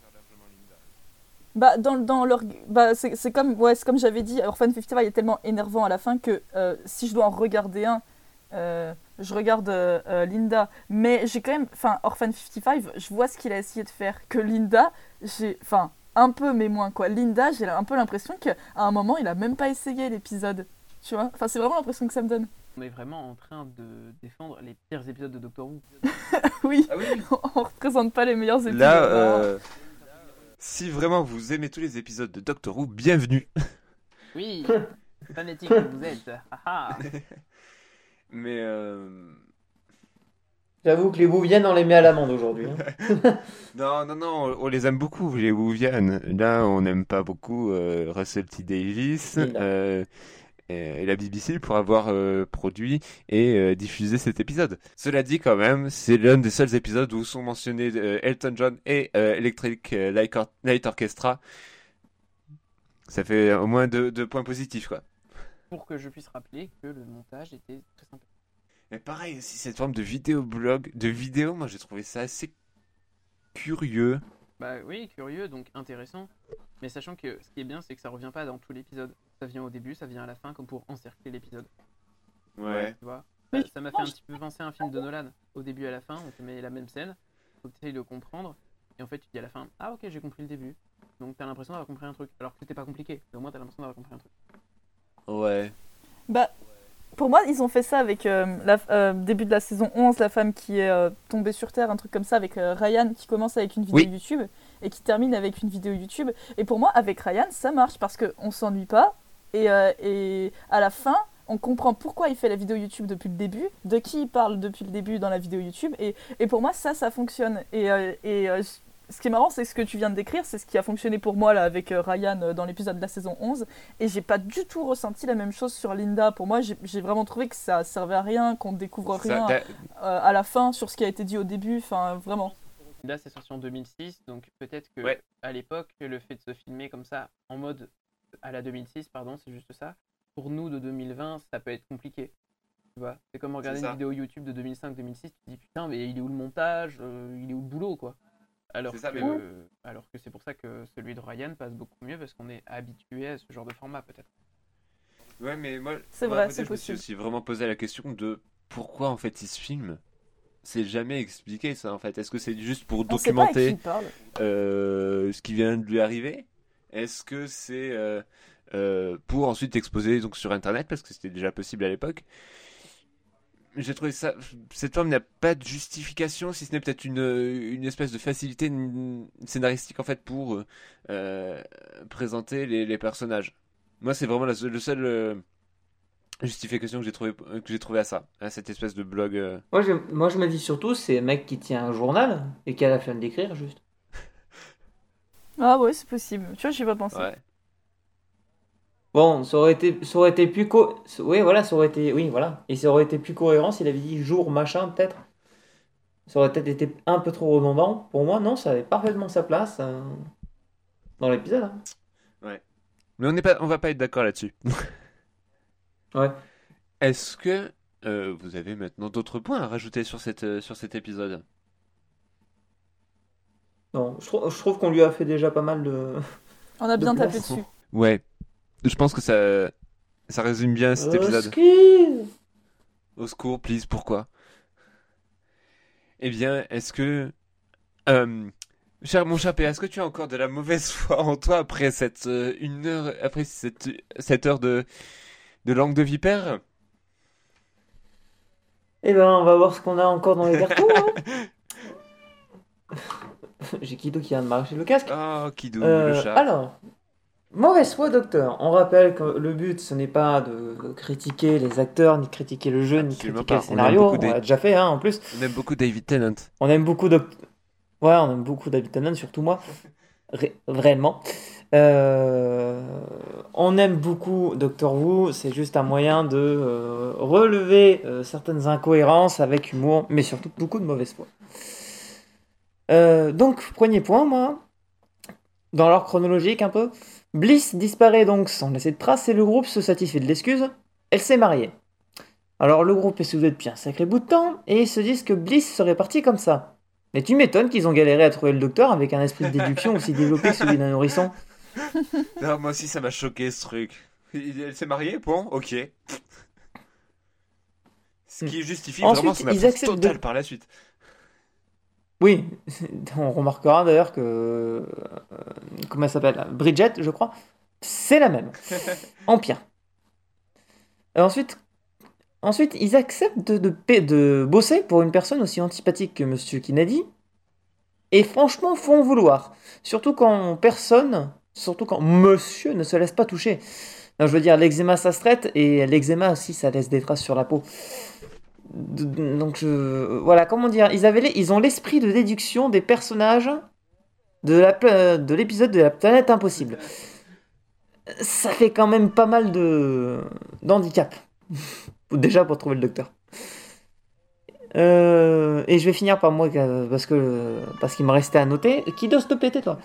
Bah, dans, dans leur... bah, c'est c'est comme, ouais, c'est comme j'avais dit, Orphan cinquante-cinq est tellement énervant à la fin que euh, si je dois en regarder un, euh, je regarde euh, euh, Linda. Mais j'ai quand même, enfin, Orphan cinquante-cinq, je vois ce qu'il a essayé de faire. Que Linda, j'ai, enfin, un peu, mais moins quoi. Linda, j'ai un peu l'impression qu'à un moment, il a même pas essayé l'épisode. Tu vois? Enfin, c'est vraiment l'impression que ça me donne. On est vraiment en train de défendre les pires épisodes de Doctor Who. Oui, Ah oui. on représente pas les meilleurs épisodes. Là, non. euh, si vraiment vous aimez tous les épisodes de Doctor Who, bienvenue. Oui, fanatique que vous êtes. Ah ah. Mais euh, J'avoue que les Wouviennes, on les met à l'amende aujourd'hui. hein. non, non, non, on on les aime beaucoup, les Wouvian. Là, on n'aime pas beaucoup euh, Russell T Davies Linda. euh, et, et la B B C pour avoir euh, produit et euh, diffusé cet épisode. Cela dit, quand même, c'est l'un des seuls épisodes où sont mentionnés euh, Elton John et euh, Electric euh, Light Or- Light Orchestra. Ça fait au moins deux, deux points positifs, quoi. Pour que je puisse rappeler que le montage était très sympa. Mais pareil aussi, cette forme de vidéo-blog, de vidéo, moi j'ai trouvé ça assez curieux. Bah oui, curieux, donc intéressant. Mais sachant que ce qui est bien, c'est que ça revient pas dans tout l'épisode. Ça vient au début, ça vient à la fin, comme pour encercler l'épisode. Tu vois. Oui. Ça- Ça m'a fait un petit peu penser à un film de Nolan. Au début et à la fin, on te met la même scène. Faut que tu essayes de comprendre. Et en fait, tu dis à la fin, ah ok, j'ai compris le début. Donc t'as l'impression d'avoir compris un truc. Alors que c'était pas compliqué. Mais au moins t'as l'impression d'avoir compris un truc. Ouais. Bah, pour moi, ils ont fait ça avec euh, la euh, début de la saison onze, la femme qui est euh, tombée sur Terre, un truc comme ça, avec euh, Ryan qui commence avec une vidéo Oui. YouTube et qui termine avec une vidéo YouTube. Et pour moi, avec Ryan, ça marche parce qu'on s'ennuie pas. Et, euh, et à la fin, on comprend pourquoi il fait la vidéo YouTube depuis le début, de qui il parle depuis le début dans la vidéo YouTube. Et, et pour moi, ça, ça fonctionne. Et, euh, et euh, ce qui est marrant, c'est ce que tu viens de décrire, c'est ce qui a fonctionné pour moi là avec euh, Ryan euh, dans l'épisode de la saison onze. Et j'ai pas du tout ressenti la même chose sur Linda. Pour moi, j'ai j'ai vraiment trouvé que ça servait à rien, qu'on découvre Ça, rien t'as- euh, à la fin sur ce qui a été dit au début. Enfin, vraiment. Là, c'est sorti en deux mille six, donc peut-être que Ouais. à l'époque, le fait de se filmer comme ça, en mode à la deux mille six, pardon, c'est juste ça. Pour nous de deux mille vingt, ça peut être compliqué. Tu vois, c'est comme regarder C'est une ça. vidéo YouTube de deux mille cinq deux mille six, tu te dis putain, mais il est où le montage, euh, il est où le boulot, quoi. Alors C'est ça, que, mais alors que c'est pour ça que celui de Ryan passe beaucoup mieux parce qu'on est habitué à ce genre de format, peut-être. Ouais, mais moi, C'est moi, vrai, à vrai c'est dire, je me suis possible. aussi vraiment posé la question de pourquoi en fait il se filme. C'est jamais expliqué ça en fait. Est-ce que c'est juste pour On sait pas à qui documenter il parle. euh, ce qui vient de lui arriver? Est-ce que c'est euh, euh, pour ensuite exposer donc sur internet parce que c'était déjà possible à l'époque? J'ai trouvé ça, cette forme n'a pas de justification, si ce n'est peut-être une, une espèce de facilité n- scénaristique en fait pour euh, présenter les, les personnages. Moi, c'est vraiment la, seule- le seul euh, justification que j'ai trouvé que j'ai trouvé à ça, à cette espèce de blog. euh. Moi, je, moi, je me dis surtout, c'est un mec qui tient un journal et qui a la flemme d'écrire, juste. Ah ouais, c'est possible. Tu vois, j'y ai pas pensé. Ouais. Bon, ça aurait été, ça aurait été plus co... Oui, voilà, ça aurait été... Oui, voilà. Et ça aurait été plus cohérent s'il avait dit jour, machin, peut-être. Ça aurait peut-être été un peu trop redondant. Pour moi, non, ça avait parfaitement sa place euh, dans l'épisode. hein. Mais on n'est pas, on va pas être d'accord là-dessus. Ouais. Est-ce que euh, vous avez maintenant d'autres points à rajouter sur cette, euh, sur cet épisode? Non, je, trou- je trouve qu'on lui a fait déjà pas mal de... On a De bien tapé place. dessus. Ouais. Je pense que ça, ça résume bien cet Au épisode. secours. Au secours, please, pourquoi? Eh bien, est-ce que... euh, Cher mon cher P A, est-ce que tu as encore de la mauvaise foi en toi après cette euh, une heure, après cette, cette heure de, de langue de vipère? Eh ben, on va voir ce qu'on a encore dans les cartons. Hein. J'ai Kido qui vient de m'arracher le casque. Oh, Kidou, Euh, le chat. alors, mauvaise foi, docteur. On rappelle que le but, ce n'est pas de critiquer les acteurs, ni critiquer le jeu, ni Absolument critiquer pas. le On aime scénario. beaucoup On des- l'a déjà fait, hein, en plus. On aime beaucoup David Tennant. On aime beaucoup Doc- Ouais, on aime beaucoup David Tennant, surtout moi. Ré- réellement. Euh, On aime beaucoup Doctor Who. C'est juste un moyen de euh, relever euh, certaines incohérences avec humour, mais surtout beaucoup de mauvaise foi. Euh, donc, premier point, moi, dans l'ordre chronologique un peu, Bliss disparaît donc sans laisser de traces et le groupe se satisfait de l'excuse. Elle s'est mariée. Alors le groupe est soudé depuis un sacré bout de temps et ils se disent que Bliss serait parti comme ça. Mais tu m'étonnes qu'ils ont galéré à trouver le docteur avec un esprit de déduction aussi développé que celui d'un nourrisson. Non, moi aussi, ça m'a choqué ce truc. Il- Elle s'est mariée, bon, ok. Ce qui justifie Ensuite, vraiment son ils absence acceptent totale de- par la suite. Oui, on remarquera d'ailleurs que... euh, comment elle s'appelle? Bridget, je crois. C'est la même. En pire. Et ensuite, ensuite, ils acceptent de, de, pa- de bosser pour une personne aussi antipathique que Monsieur Kennedy. Et franchement, faut en vouloir. Surtout quand personne, surtout quand Monsieur ne se laisse pas toucher. Non, je veux dire, l'eczéma ça se traite et l'eczéma aussi ça laisse des traces sur la peau. D- Donc je... voilà, comment dire, ils avaient, les- ils ont l'esprit de déduction des personnages de la pla- de l'épisode de la planète impossible. Ça fait quand même pas mal de d'handicap. Déjà pour trouver le docteur. Euh, et je vais finir par moi euh, parce que parce qu'il me restait à noter. Qui doit se péter toi?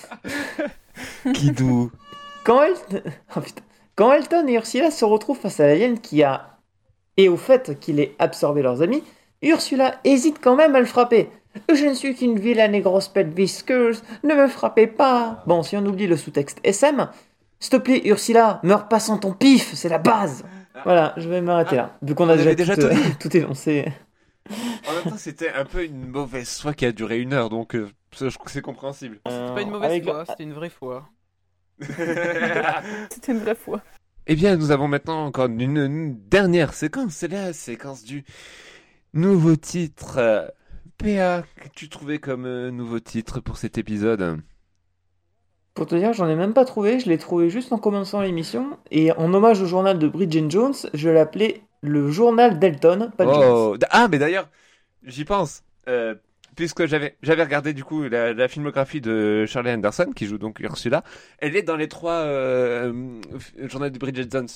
Kidou. Quand El- oh, putain. Quand Elton et Ursula se retrouvent face à l'alien qui a et au fait qu'il ait absorbé leurs amis, Ursula hésite quand même à le frapper. Je ne suis qu'une vilaine et grosse pète visqueuse, ne me frappez pas. Bon, si on oublie le sous-texte S M, s'il te plaît Ursula, meurs pas sans ton pif, c'est la base. Voilà, je vais m'arrêter là, vu qu'on a On déjà, avait déjà tout, tout euh, dit. tout énoncé. En même temps, c'était un peu une mauvaise foi qui a duré une heure, donc euh, ça, je- c'est compréhensible. C'était pas une mauvaise Avec le- foi, c'était une vraie foi. C'était une vraie fois. Eh bien, nous avons maintenant encore une, une dernière séquence, c'est la séquence du nouveau titre. Euh, P A, qu'as-tu trouvé comme euh, nouveau titre pour cet épisode? Pour te dire, j'en ai même pas trouvé, je l'ai trouvé juste en commençant l'émission, et en hommage au journal de Bridget Jones, je l'appelais le journal d'Elton, pas de Jones. Oh, d- ah, mais d'ailleurs, j'y pense. Euh, puisque j'avais j'avais regardé du coup la, la filmographie de Charlie Anderson, qui joue donc Ursula, elle est dans les trois euh, euh, journaux de Bridget Jones.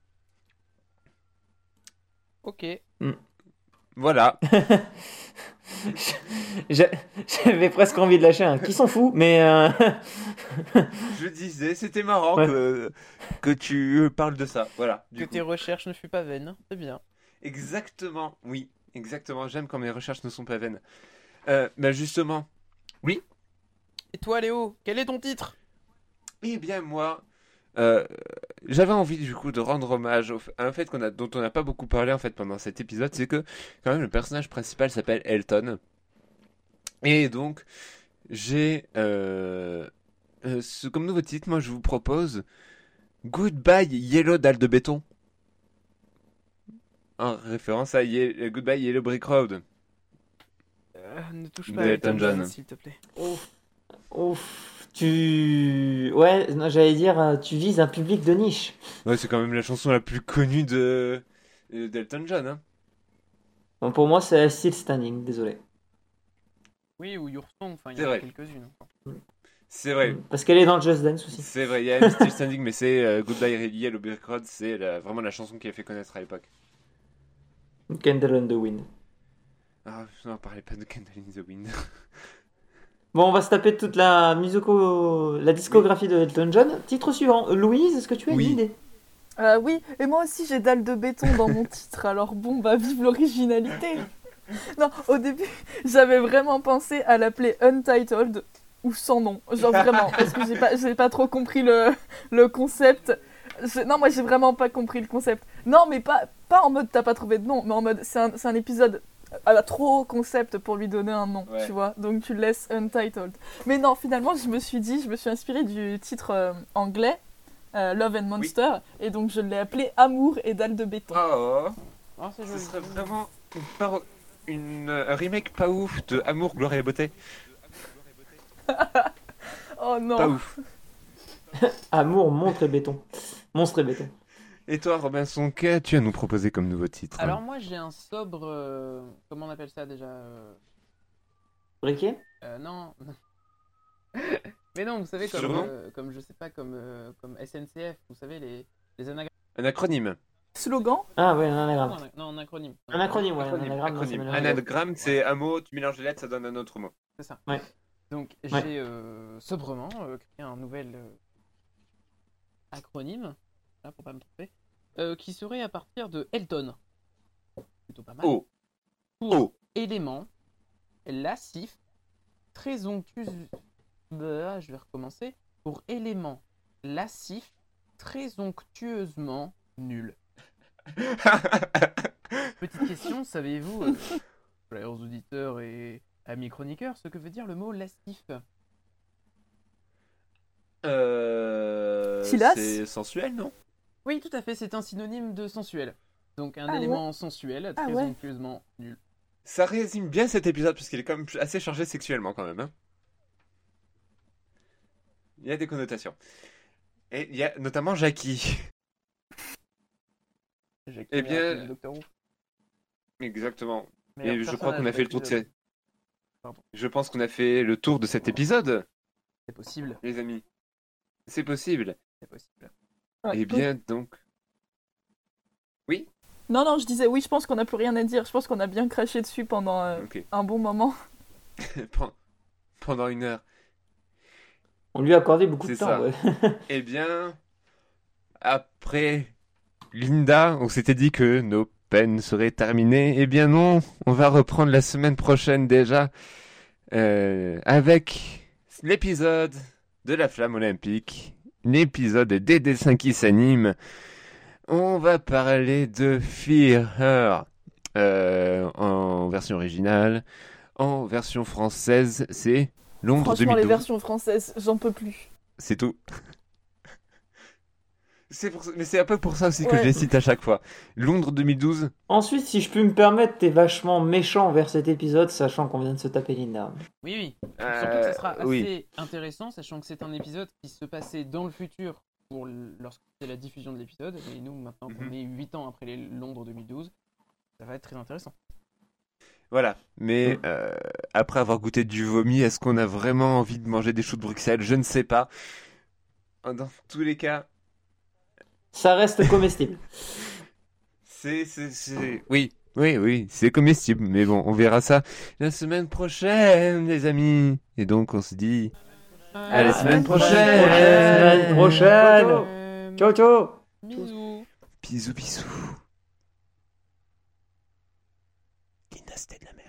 Ok. Voilà. J'ai- J'avais presque envie de lâcher un qui s'en fout, mais euh, Je disais, c'était marrant Ouais. que, que tu parles de ça. Voilà. Que Du coup. tes recherches ne fût pas vaines, c'est bien. Exactement, oui, exactement. J'aime quand mes recherches ne sont pas vaines. Euh, bah justement, Et toi Léo, quel est ton titre? eh bien moi, euh, j'avais envie du coup de rendre hommage au f- à un fait qu'on a, dont on n'a pas beaucoup parlé en fait pendant cet épisode, c'est que quand même le personnage principal s'appelle Elton. Et donc, j'ai euh, euh, ce, comme nouveau titre, moi je vous propose Goodbye Yellow Dalle de béton. En référence à Ye- Goodbye Yellow Brick Road. Euh, ne touche De pas à Elton Elton John. John, s'il te plaît. ouf, tu... Ouais, non, j'allais dire, euh, tu vises un public de niche. Ouais, c'est quand même la chanson la plus connue de euh, d'Elton John, hein. Bon, pour moi, c'est Still Standing, désolé. Oui, ou Your Song, enfin il y C'est en a vrai. quelques-unes. C'est vrai. Parce qu'elle est dans Just Dance aussi. C'est vrai, il y a I'm Still Standing, mais c'est euh, Goodbye Yellow Brick Road, c'est la- vraiment la chanson qui a fait connaître à l'époque. Candle on the Wind. Ah, non, parlez pas de Candle in the Wind. Bon, on va se taper toute la musico... la discographie de Elton John. Titre suivant. Louise, est-ce que tu as Oui. une idée? Euh, oui, et moi aussi j'ai dalle de béton dans mon titre, alors bon, bah vive l'originalité. Non, au début, j'avais vraiment pensé à l'appeler Untitled ou sans nom, genre vraiment, parce que j'ai pas, j'ai pas trop compris le, le concept. Je- non, moi j'ai vraiment pas compris le concept. Non, mais pas, pas en mode t'as pas trouvé de nom, mais en mode c'est un, c'est un épisode elle a trop concept pour lui donner un nom, Ouais. tu vois. Donc tu le laisses Untitled. Mais non, finalement, je me suis dit, je me suis inspirée du titre euh, anglais, euh, Love and Monster, et donc je l'ai appelé Amour et dalle de béton. Oh, Oh, c'est ce joli. serait vraiment une, paro- une, euh, un remake pas ouf de Amour, Gloire et Beauté. Oh non. Pas ouf. Amour, montre et béton. Monstre et béton. Et toi, Robinson, qu'as-tu à nous proposer comme nouveau titre? Alors moi j'ai un sobre... euh, comment on appelle ça déjà euh, Briquet? euh, Non. Mais non, vous savez, comme, Surnom euh, comme je sais pas, comme, euh, comme S N C F, vous savez, les, les anagrammes. Un acronyme. Slogan. Ah ouais, un Non, anagramme. un- non, un acronyme. Un acronyme, ouais. Un Acronyme. anagramme, non, ça acronyme. mélange Un les lettres. anagramme, c'est un mot, tu mélanges les lettres, ça donne un autre mot. C'est ça. Ouais. Donc j'ai Ouais. euh, sobrement euh, créé un nouvel euh, acronyme, là, pour pas me tromper, euh, qui serait à partir de Elton. Plutôt pas mal. Oh. Pour Oh. élément, lascif, très onctueux. Bah, je vais recommencer. Pour élément, lascif, très onctueusement nul. Petite question, savez-vous, euh, chers auditeurs et amis chroniqueurs, ce que veut dire le mot lascif? Euh... Silas C'est sensuel, non? Oui, tout à fait, c'est un synonyme de sensuel. Donc un Ah élément sensuel, Ah très ouais. onctueusement nul. Ça résume bien cet épisode, puisqu'il est quand même assez chargé sexuellement, quand même. Hein. Il y a des connotations. Et il y a notamment Jackie. Jackie Eh bien- Miracle, Doctor Who. Exactement. Meilleur Et je crois qu'on a personnage fait le tour de l'épisode. cette... Pardon. Je pense qu'on a fait le tour de cet épisode, C'est possible, les amis. C'est possible. c'est possible. Ouais. Eh bien, donc... Non, non, je disais oui, je pense qu'on n'a plus rien à dire. Je pense qu'on a bien craché dessus pendant euh, Ok. un bon moment. Pen- Pendant une heure. On lui a accordé beaucoup de C'est temps, ça. ouais. Eh bien, après Linda, on s'était dit que nos peines seraient terminées. Eh bien non, on va reprendre la semaine prochaine déjà euh, avec l'épisode de la flamme olympique, l'épisode des dessins qui s'animent. On va parler de Fear Her euh, en version originale. En version française, c'est Londres Franchement, les deux mille douze. versions françaises, j'en peux plus. C'est tout. C'est pour ça- Mais c'est un peu pour ça aussi que Ouais. je les cite à chaque fois. Londres deux mille douze, Ensuite, si je puis me permettre, t'es vachement méchant vers cet épisode, sachant qu'on vient de se taper Linda. Oui, oui. euh, Surtout que ça sera assez oui. intéressant, sachant que c'est un épisode qui se passait dans le futur pour l- lorsque c'était la diffusion de l'épisode. Et nous, maintenant qu'on Mhm. est huit ans après les Londres deux mille douze, ça va être très intéressant. Voilà. Mais Mm. euh, après avoir goûté du vomi, est-ce qu'on a vraiment envie de manger des choux de Bruxelles? Je ne sais pas. Dans tous les cas, Ça reste comestible. c'est, c'est, c'est... Oui, oui, oui, c'est comestible. Mais bon, on verra ça la semaine prochaine, les amis. Et donc, on se dit... À la semaine prochaine. Semaine prochaine. Euh, Ciao, ciao. Bisous. Bisous, bisous. Linda, c'était de la merde.